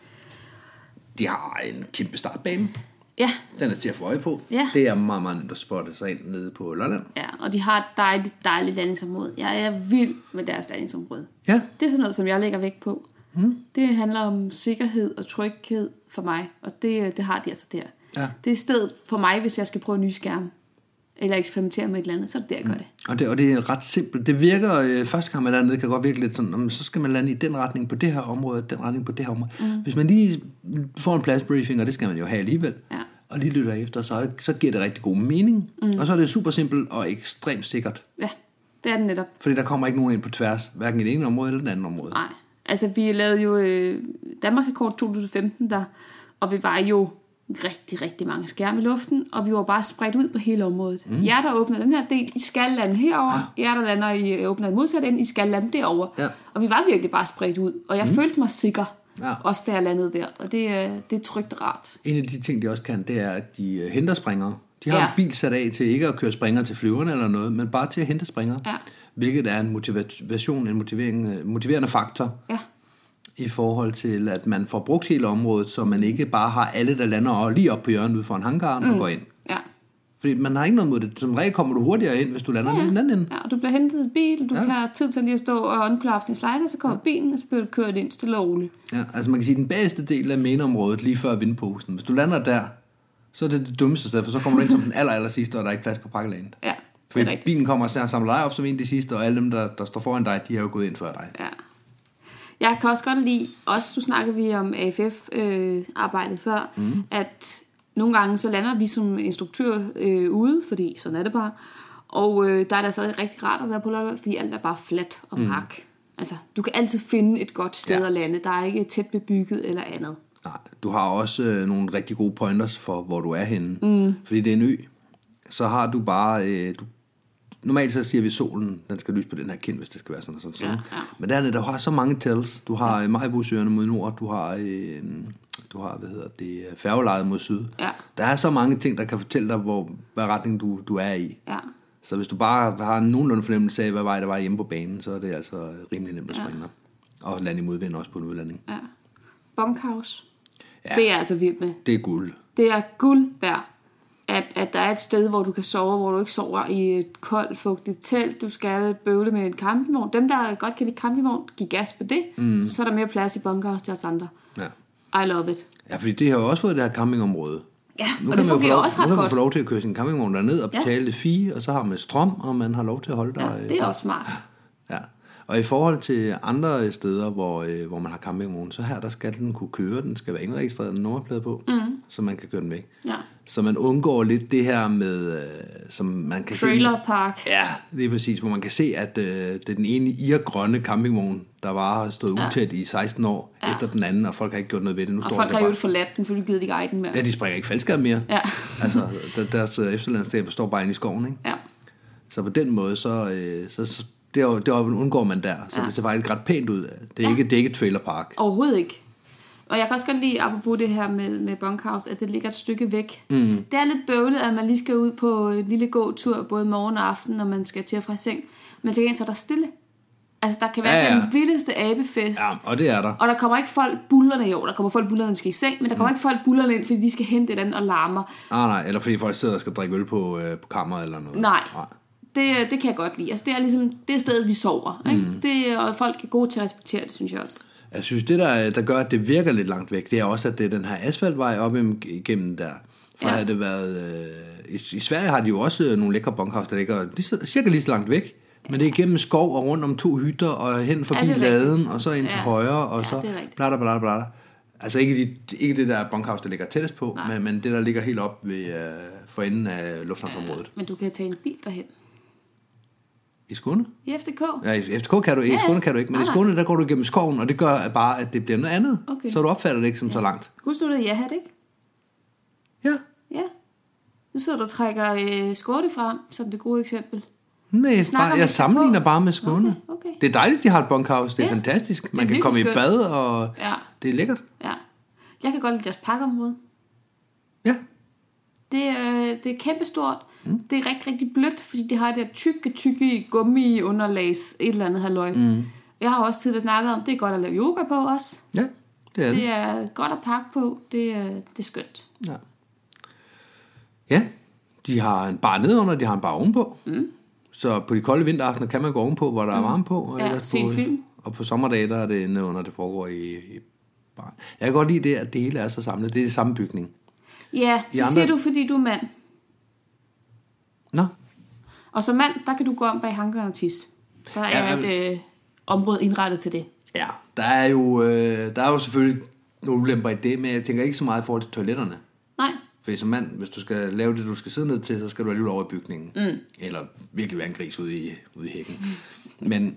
De har en kæmpe startbane. Ja. Den er til at få øje på. Ja. Det er meget, meget nemt at spotte sig ind nede på Lolland. Ja, og de har et dejligt, dejligt landingsområde. Jeg er vild med deres landingsområde. Ja. Det er sådan noget, som jeg lægger vægt på. Hmm. Det handler om sikkerhed og tryghed for mig, og det, det har de altså der. Ja. Det er stedet for mig, hvis jeg skal prøve nye skærme, eller eksperimentere med et eller andet, så er det der, jeg gør det. Og det, og det er ret simpelt. Det virker, øh, første gang man er dernede, kan godt virke lidt sådan, så skal man lande i den retning på det her område, den retning på det her område. Mm. Hvis man lige får en pladsbriefing, og det skal man jo have alligevel, ja. og lige lytter efter, så, så giver det rigtig god mening. Mm. Og så er det super simpelt og ekstremt sikkert. Ja, det er det netop. Fordi der kommer ikke nogen ind på tværs, hverken i det ene område eller det andet område. Nej, altså vi lavede jo øh, Danmarksrekord to tusind femten der, og vi var jo rigtig, rigtig mange skærme i luften, og vi var bare spredt ud på hele området. Mm. Jer, der åbner den her del, I skal lande herover. Ja. Jer, der lander i åbner i modsat ende, I skal lande derover. Ja. Og vi var virkelig bare spredt ud, og jeg mm. følte mig sikker, ja. også da jeg landede der. Og det, det er trygt og rart. En af de ting, de også kan, det er, at de henter springere. De har ja. en bil sat af til ikke at køre springere til flyverne eller noget, men bare til at hente springere. Ja. Hvilket er en motivation, en motivering, motiverende faktor. Ja. I forhold til, at man får brugt hele området, så man ikke bare har alle, der lander og lige op på hjørnet ud for en hangaren mm. og går ind. Ja. Fordi man har ikke noget mod det. Som regel kommer du hurtigere ind, hvis du lander ja, ja. i den anden ende. Ja, og du bliver hentet i bil, du ja. kan have tid til lige at stå og unklappe sin slider, så kommer ja. bilen, og så bliver du kørt ind stille og roligt. Ja, altså man kan sige, den bagerste del af mainområdet, lige før vindposen. Hvis du lander der, så er det det dummeste sted, for så kommer du ind som den aller, aller sidste, og der er ikke plads på pakkelandet. Ja, det er rigtigt. Bilen kommer og samler dig op som en af de sidste, og alle dem, der, der står foran dig, de har jo gået ind før dig. Ja. Jeg kan også godt lide, også nu snakker vi om A F F-arbejdet øh, før, mm. at nogle gange så lander vi som instruktør øh, ude, fordi sådan er det bare, og øh, der er det så rigtig rart at være på Lolland, fordi alt er bare fladt og mark. Mm. Altså, du kan altid finde et godt sted ja. at lande, der er ikke tæt bebygget eller andet. Nej, du har også øh, nogle rigtig gode pointers for, hvor du er henne, mm. fordi det er en ø. Så har du bare, øh, du normalt så siger vi, solen, den skal lyse på den her kind, hvis det skal være sådan og sådan. sådan. Ja, ja. Men dernede, der har så mange tells. Du har ja. Majbosøerne mod nord, du har, øh, du har hvad hedder det, færgelejet mod syd. Ja. Der er så mange ting, der kan fortælle dig, hvor, hvad retning du, du er i. Ja. Så hvis du bare har en nogenlunde fornemmelse af, hvad vej der var hjemme på banen, så er det altså rimelig nemt at springe ja. Og lande i modvind også på en udlanding. Ja. Bunkhouse. Ja. Det er altså vildt med. Det er guld. Det er guld værd. at, at der er et sted, hvor du kan sove, hvor du ikke sover i et koldt, fugtigt telt. Du skal bøvle med en campingvogn. Dem, der godt kan lide campingvogn, giv gas på det. Mm. Så er der mere plads i bunkers til os andre. Ja. I love it. Ja, fordi det har jo også fået det her campingområde. Ja, nu og det fungerer lov, også ret godt. Nu kan godt. man få lov til at køre sin campingvogn derned og betale ja. det fee, og så har man strøm, og man har lov til at holde der. Ja, det er også smart. Ja. Og i forhold til andre steder, hvor, øh, hvor man har campingvogn, så her der skal den kunne køre, den skal være indregistreret en nummerplade på, mm. så man kan køre den væk. Ja. Så man undgår lidt det her med, øh, som man kan Trailer se... park. Ja, det er præcis, hvor man kan se, at øh, det er den ene irgrønne campingvogn, der bare har stået ja. utæt i seksten år ja. efter den anden, og folk har ikke gjort noget ved det. Nu og står folk der har bare... jo forladt den, for du gider ikke eje den mere. Ja, de springer ikke faldskærm mere. Ja. Altså, der, deres efterlandskaber står bare inde i skoven, ikke? Ja. Så på den måde, så... Øh, så, så Det, er, det er, undgår man der, så ja. det ser faktisk ret pænt ud. Det er, ja. ikke, det er ikke et trailerpark. Overhovedet ikke. Og jeg kan også godt lide, apropos det her med, med bunkhouse, at det ligger et stykke væk. Mm. Det er lidt bøvlet, at man lige skal ud på en lille gåtur, både morgen og aften, når man skal til og fra seng. Men til gengæld så er der stille. Altså, der kan være ja, ja. den vildeste abefest. Ja, og det er der. Og der kommer ikke folk bullerne, jo, der kommer folk bullerne, der skal i seng, men der kommer mm. ikke folk bullerne ind, fordi de skal hente et andet og larmer. Ah, nej, eller fordi folk sidder og skal drikke øl på, øh, på kammer eller noget. Nej. nej. Det, det kan jeg godt lide. Altså, det er ligesom det sted, vi sover. Ikke? Mm. Det, og folk er gode til at respektere det, synes jeg også. Jeg synes, det der, der gør, at det virker lidt langt væk, det er også, at det er den her asfaltvej op igennem der. For ja. havde det været... Øh, i, I Sverige har de jo også nogle lækre bunkhouse, der ligger lige, cirka lige så langt væk. Men det er igennem skov og rundt om to hytter og hen forbi ja, laden, og så ind til ja. højre, og ja, så blader, blader, blader. Altså ikke, de, ikke det der bunkhouse, der ligger tættest på, men, men det, der ligger helt op ved, øh, for enden af lufthavnsområdet. Ja, men du kan tage en bil derhen. I Skåne? I F D K? Ja, i F D K kan du ikke, ja, i Skåne kan du ikke, men nej, i Skåne der går du gennem skoven, og det gør bare, at det bliver noget andet. Okay. Så du opfatter det ikke som ja. så langt. Husk du det, ja, det ikke? Ja. Ja. Nu sidder du og trækker øh, Skåne frem, som det gode eksempel. Nej, bare, jeg sammenligner bare med Skåne. Okay, okay. Det er dejligt, de har et bunkhouse. Det er ja, fantastisk. Man er kan komme skønt. i bad, og ja. det er lækkert. Ja. Jeg kan godt lide deres parkområde. Ja. Det er, det er kæmpestort. Mm. Det er rigtig, rigtig blødt, fordi det har det her tykke, tykke gummi underlags, et eller andet halløj. Mm. Jeg har også tidligere snakket om, det er godt at lave yoga på også. Ja, det er det. Det er godt at pakke på. Det er, det er skønt. Ja. Ja, de har en bar nedenunder, de har en bar ovenpå. Mm. Så på de kolde vinteraftener kan man gå ovenpå, hvor der er varme på. Og ja, se en film. Og på sommerdage, der er det nedenunder, det foregår i, i baren. Jeg kan godt lide det, at det hele er så samlet. Det er det samme bygning. Ja, det andre... siger du, fordi du er mand. Nå. Og som mand, der kan du gå om bag hankeren og tisse. Der er ja, et øh, område indrettet til det. Ja, der er jo, øh, der er jo selvfølgelig nogle ulemper i det, men jeg tænker ikke så meget i forhold til toiletterne. Nej. Fordi som mand, hvis du skal lave det, du skal sidde ned til, så skal du alligevel over i bygningen. Mm. Eller virkelig være en gris ude i, ude i hækken. Mm. Men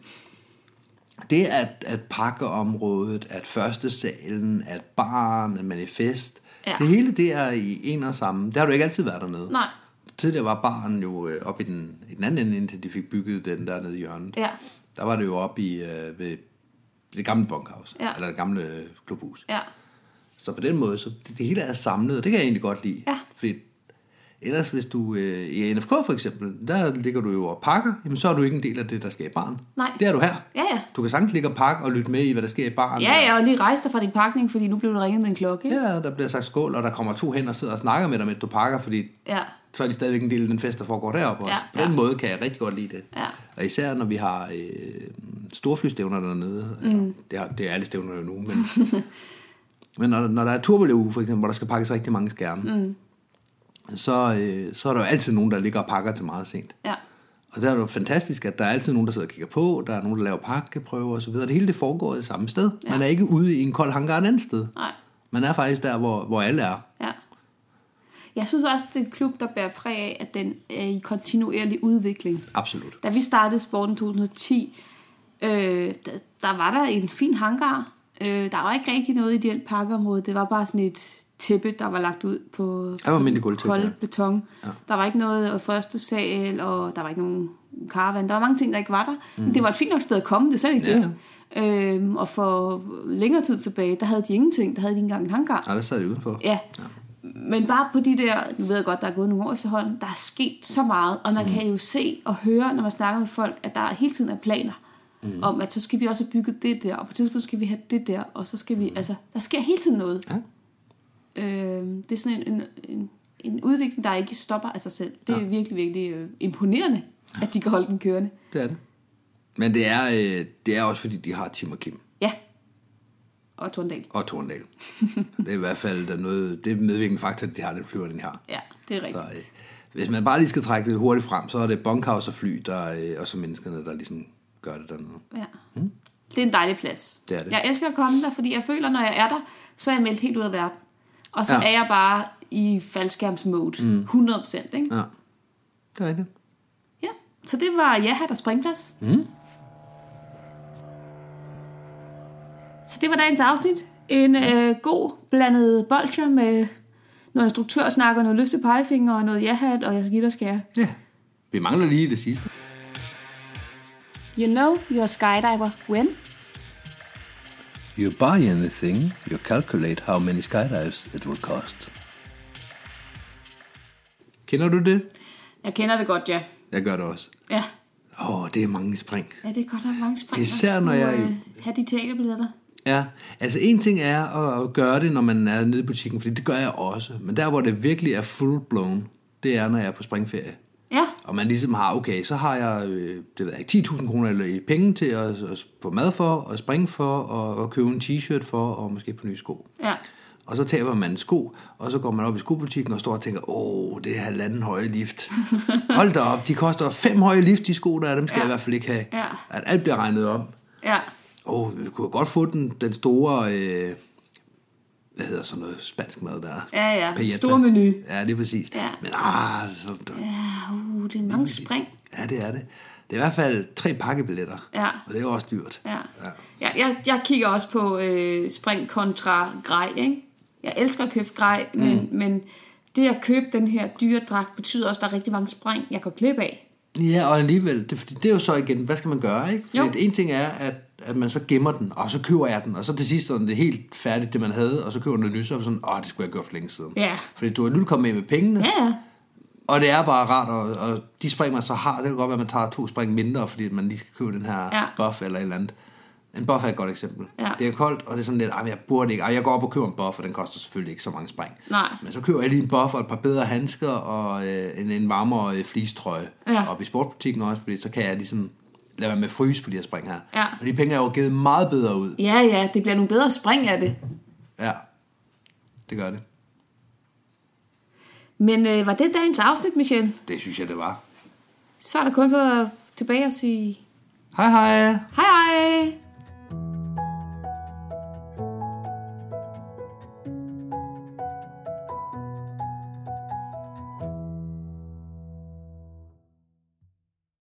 det at, at pakkeområdet, at første salen, at baren, at manifest, ja. det hele det er i en og samme. Det har du ikke altid været dernede. Nej. Tidligere var baren jo øh, oppe i den, i den anden ende, indtil de fik bygget den der nede i hjørnet. Ja. Der var det jo oppe i øh, ved det gamle bunkhouse, ja. eller det gamle øh, klubhus. Ja. Så på den måde, så det, det hele er samlet, og det kan jeg egentlig godt lide. Ja. Fordi ellers hvis du, øh, i N F K for eksempel, der ligger du jo og pakker, jamen så er du ikke en del af det, der sker i baren. Nej. Det er du her. Ja, ja. Du kan sagtens ligge og pakke og lytte med i, hvad der sker i baren. Ja, ja, og lige rejse dig fra din pakning, fordi nu blev du ringet med en klokke. Ikke? Ja, der bliver sagt skål, og der kommer to hen og sidder og snakker med dig, mens du pakker, fordi ja. så er de stadigvæk en del af den fest, der foregår deroppe. Ja, på den ja. måde kan jeg rigtig godt lide det. Ja. Og især når vi har øh, storflystævner dernede. Mm. Altså, det, er, det er alle stævner jo nu, men... Men når, når der er turbuleuge, for eksempel, hvor der skal pakkes rigtig mange skærme, mm. så, øh, så er der jo altid nogen, der ligger og pakker til meget sent. Ja. Og der er det jo fantastisk, at der er altid nogen, der sidder og kigger på, der er nogen, der laver pakkeprøver osv. Det hele det foregår det samme sted. Ja. Man er ikke ude i en kold hangar et andet sted. Nej. Man er faktisk der, hvor, hvor alle er. Ja. Jeg synes også, det er en klub, der bærer præg af, at den er i kontinuerlig udvikling. Absolut. Da vi startede sporten i to tusind og ti, øh, der, der var der en fin hangar. Øh, der var ikke rigtig noget ideelt pakkeområde. Det var bare sådan et tæppe, der var lagt ud på kold beton. Ja. Der var ikke noget første sal, og der var ikke nogen karavan. Der var mange ting, der ikke var der. Mm. Men det var et fint nok sted at komme, det er slet ikke ja. det. Øhm, og for længere tid tilbage, der havde de ingenting. Der havde de ikke engang en hangar. Ja, der sad de udenfor. Ja. ja. Men bare på de der, nu ved jeg godt, der er gået nogle år efterhånden, der er sket så meget, og man mm. kan jo se og høre, når man snakker med folk, at der hele tiden er planer. Mm. Om at så skal vi også have bygget det der, og på et tidspunkt skal vi have det der, og så skal vi, altså, der sker hele tiden noget. Ja. Øh, det er sådan en, en, en udvikling, der ikke stopper af sig selv. Det er Ja. virkelig, virkelig øh, imponerende, at de kan holde den kørende. Det er det. Men det er, øh, det er også fordi, de har Tim og Kim. Ja. Og Torndal. Og Torndal. Det er i hvert fald der noget, det er medvirkende faktor, at de har den flyver, den har. Ja, det er rigtigt. Så, øh, hvis man bare lige skal trække det hurtigt frem, så er det bunkhouse og fly, der, øh, og så menneskerne, der ligesom gør det dernede. Ja. Hmm? Det er en dejlig plads. Det er det. Jeg elsker at komme der, fordi jeg føler, når jeg er der, så er jeg meldt helt ud af verden. Og så Ja. er jeg bare i faldskærmsmode. Mm. hundrede procent, ikke? Ja, det er rigtigt. Ja, så det var ja-hat og springplads. Mm. Så det var dagens afsnit. En øh, god blandet bolcher med noget instruktørsnak og noget løfte pegefinger og noget ja-hat, og jeg skal give dig skære. Ja, vi mangler lige det sidste. You know you're a skydiver when? You buy anything, you calculate how many skydives it will cost. Kender du det? Jeg kender det godt, ja. Jeg gør det også. Ja, Åh, oh, det er mange spring. ja det er godt nok mange spring. Især når jeg- Øh, have de teaterbilletter. Ja, altså en ting er at gøre det, når man er nede i butikken, fordi det gør jeg også. Men der, hvor det virkelig er full blown, det er, når jeg er på springferie. Ja, Og man ligesom har, okay, så har jeg, øh, det ved jeg ikke, ti tusind kroner eller i penge til at, at få mad for, og springe for, og, og købe en t-shirt for, og måske på nye sko. ja, Og så taber man en sko, og så går man op i skobutikken og står og tænker, åh, det er halvanden høje lift. Hold da op, de koster fem høje lift, de sko, der er, dem skal Ja. jeg i hvert fald ikke have. Ja. At alt bliver regnet op. ja. Åh, oh, vi kunne godt få den, den store, øh, hvad hedder sådan noget spansk mad der? Ja, ja. Paella. Stor menu. Ja, det er præcis. Ja. Men ah, så, Ja, uh, det er mange spring. ja, det er det. Det er i hvert fald tre pakkebilletter, Ja. og det er jo også dyrt. Ja. Ja, jeg, jeg kigger også på øh, spring kontra grej, ikke? Jeg elsker at købe grej, men, mm. men det at købe den her dyre dragt betyder også, at der er rigtig mange spring, jeg går glip af. Ja, og alligevel, det, fordi det er jo så igen, hvad skal man gøre, ikke? Jo. Fordi en ting er, at, at man så gemmer den, og så køber jeg den, og så til sidst er det helt færdigt, det man havde, og så køber man det nyt, så er det sådan, åh, det skulle jeg gøre for længe siden. Ja. Fordi du er nu kommet med med pengene, Ja, ja. og det er bare rart, og, og de spring, man så har, det kan godt være, at man tager to spring mindre, fordi man lige skal købe den her Ja. buff eller et eller andet. En buff er et godt eksempel. Ja. Det er koldt, og det er sådan lidt, jeg burde ikke, og jeg går op og køber en buff, og den koster selvfølgelig ikke så mange spring. Nej. Men så køber jeg lige en buff og et par bedre handsker, og øh, en, en varmere øh, fleecetrøje Ja. op i sportsbutikken også, fordi så kan jeg ligesom lade være med at fryse på de her spring her. Ja. Og de penge er jo givet meget bedre ud. Ja, ja, det bliver nogle bedre spring af det. Ja, det gør det. Men øh, var det dagens afsnit, Michelle? Det synes jeg, det var. Så er der kun for tilbage at sige Hej hej! hej hej!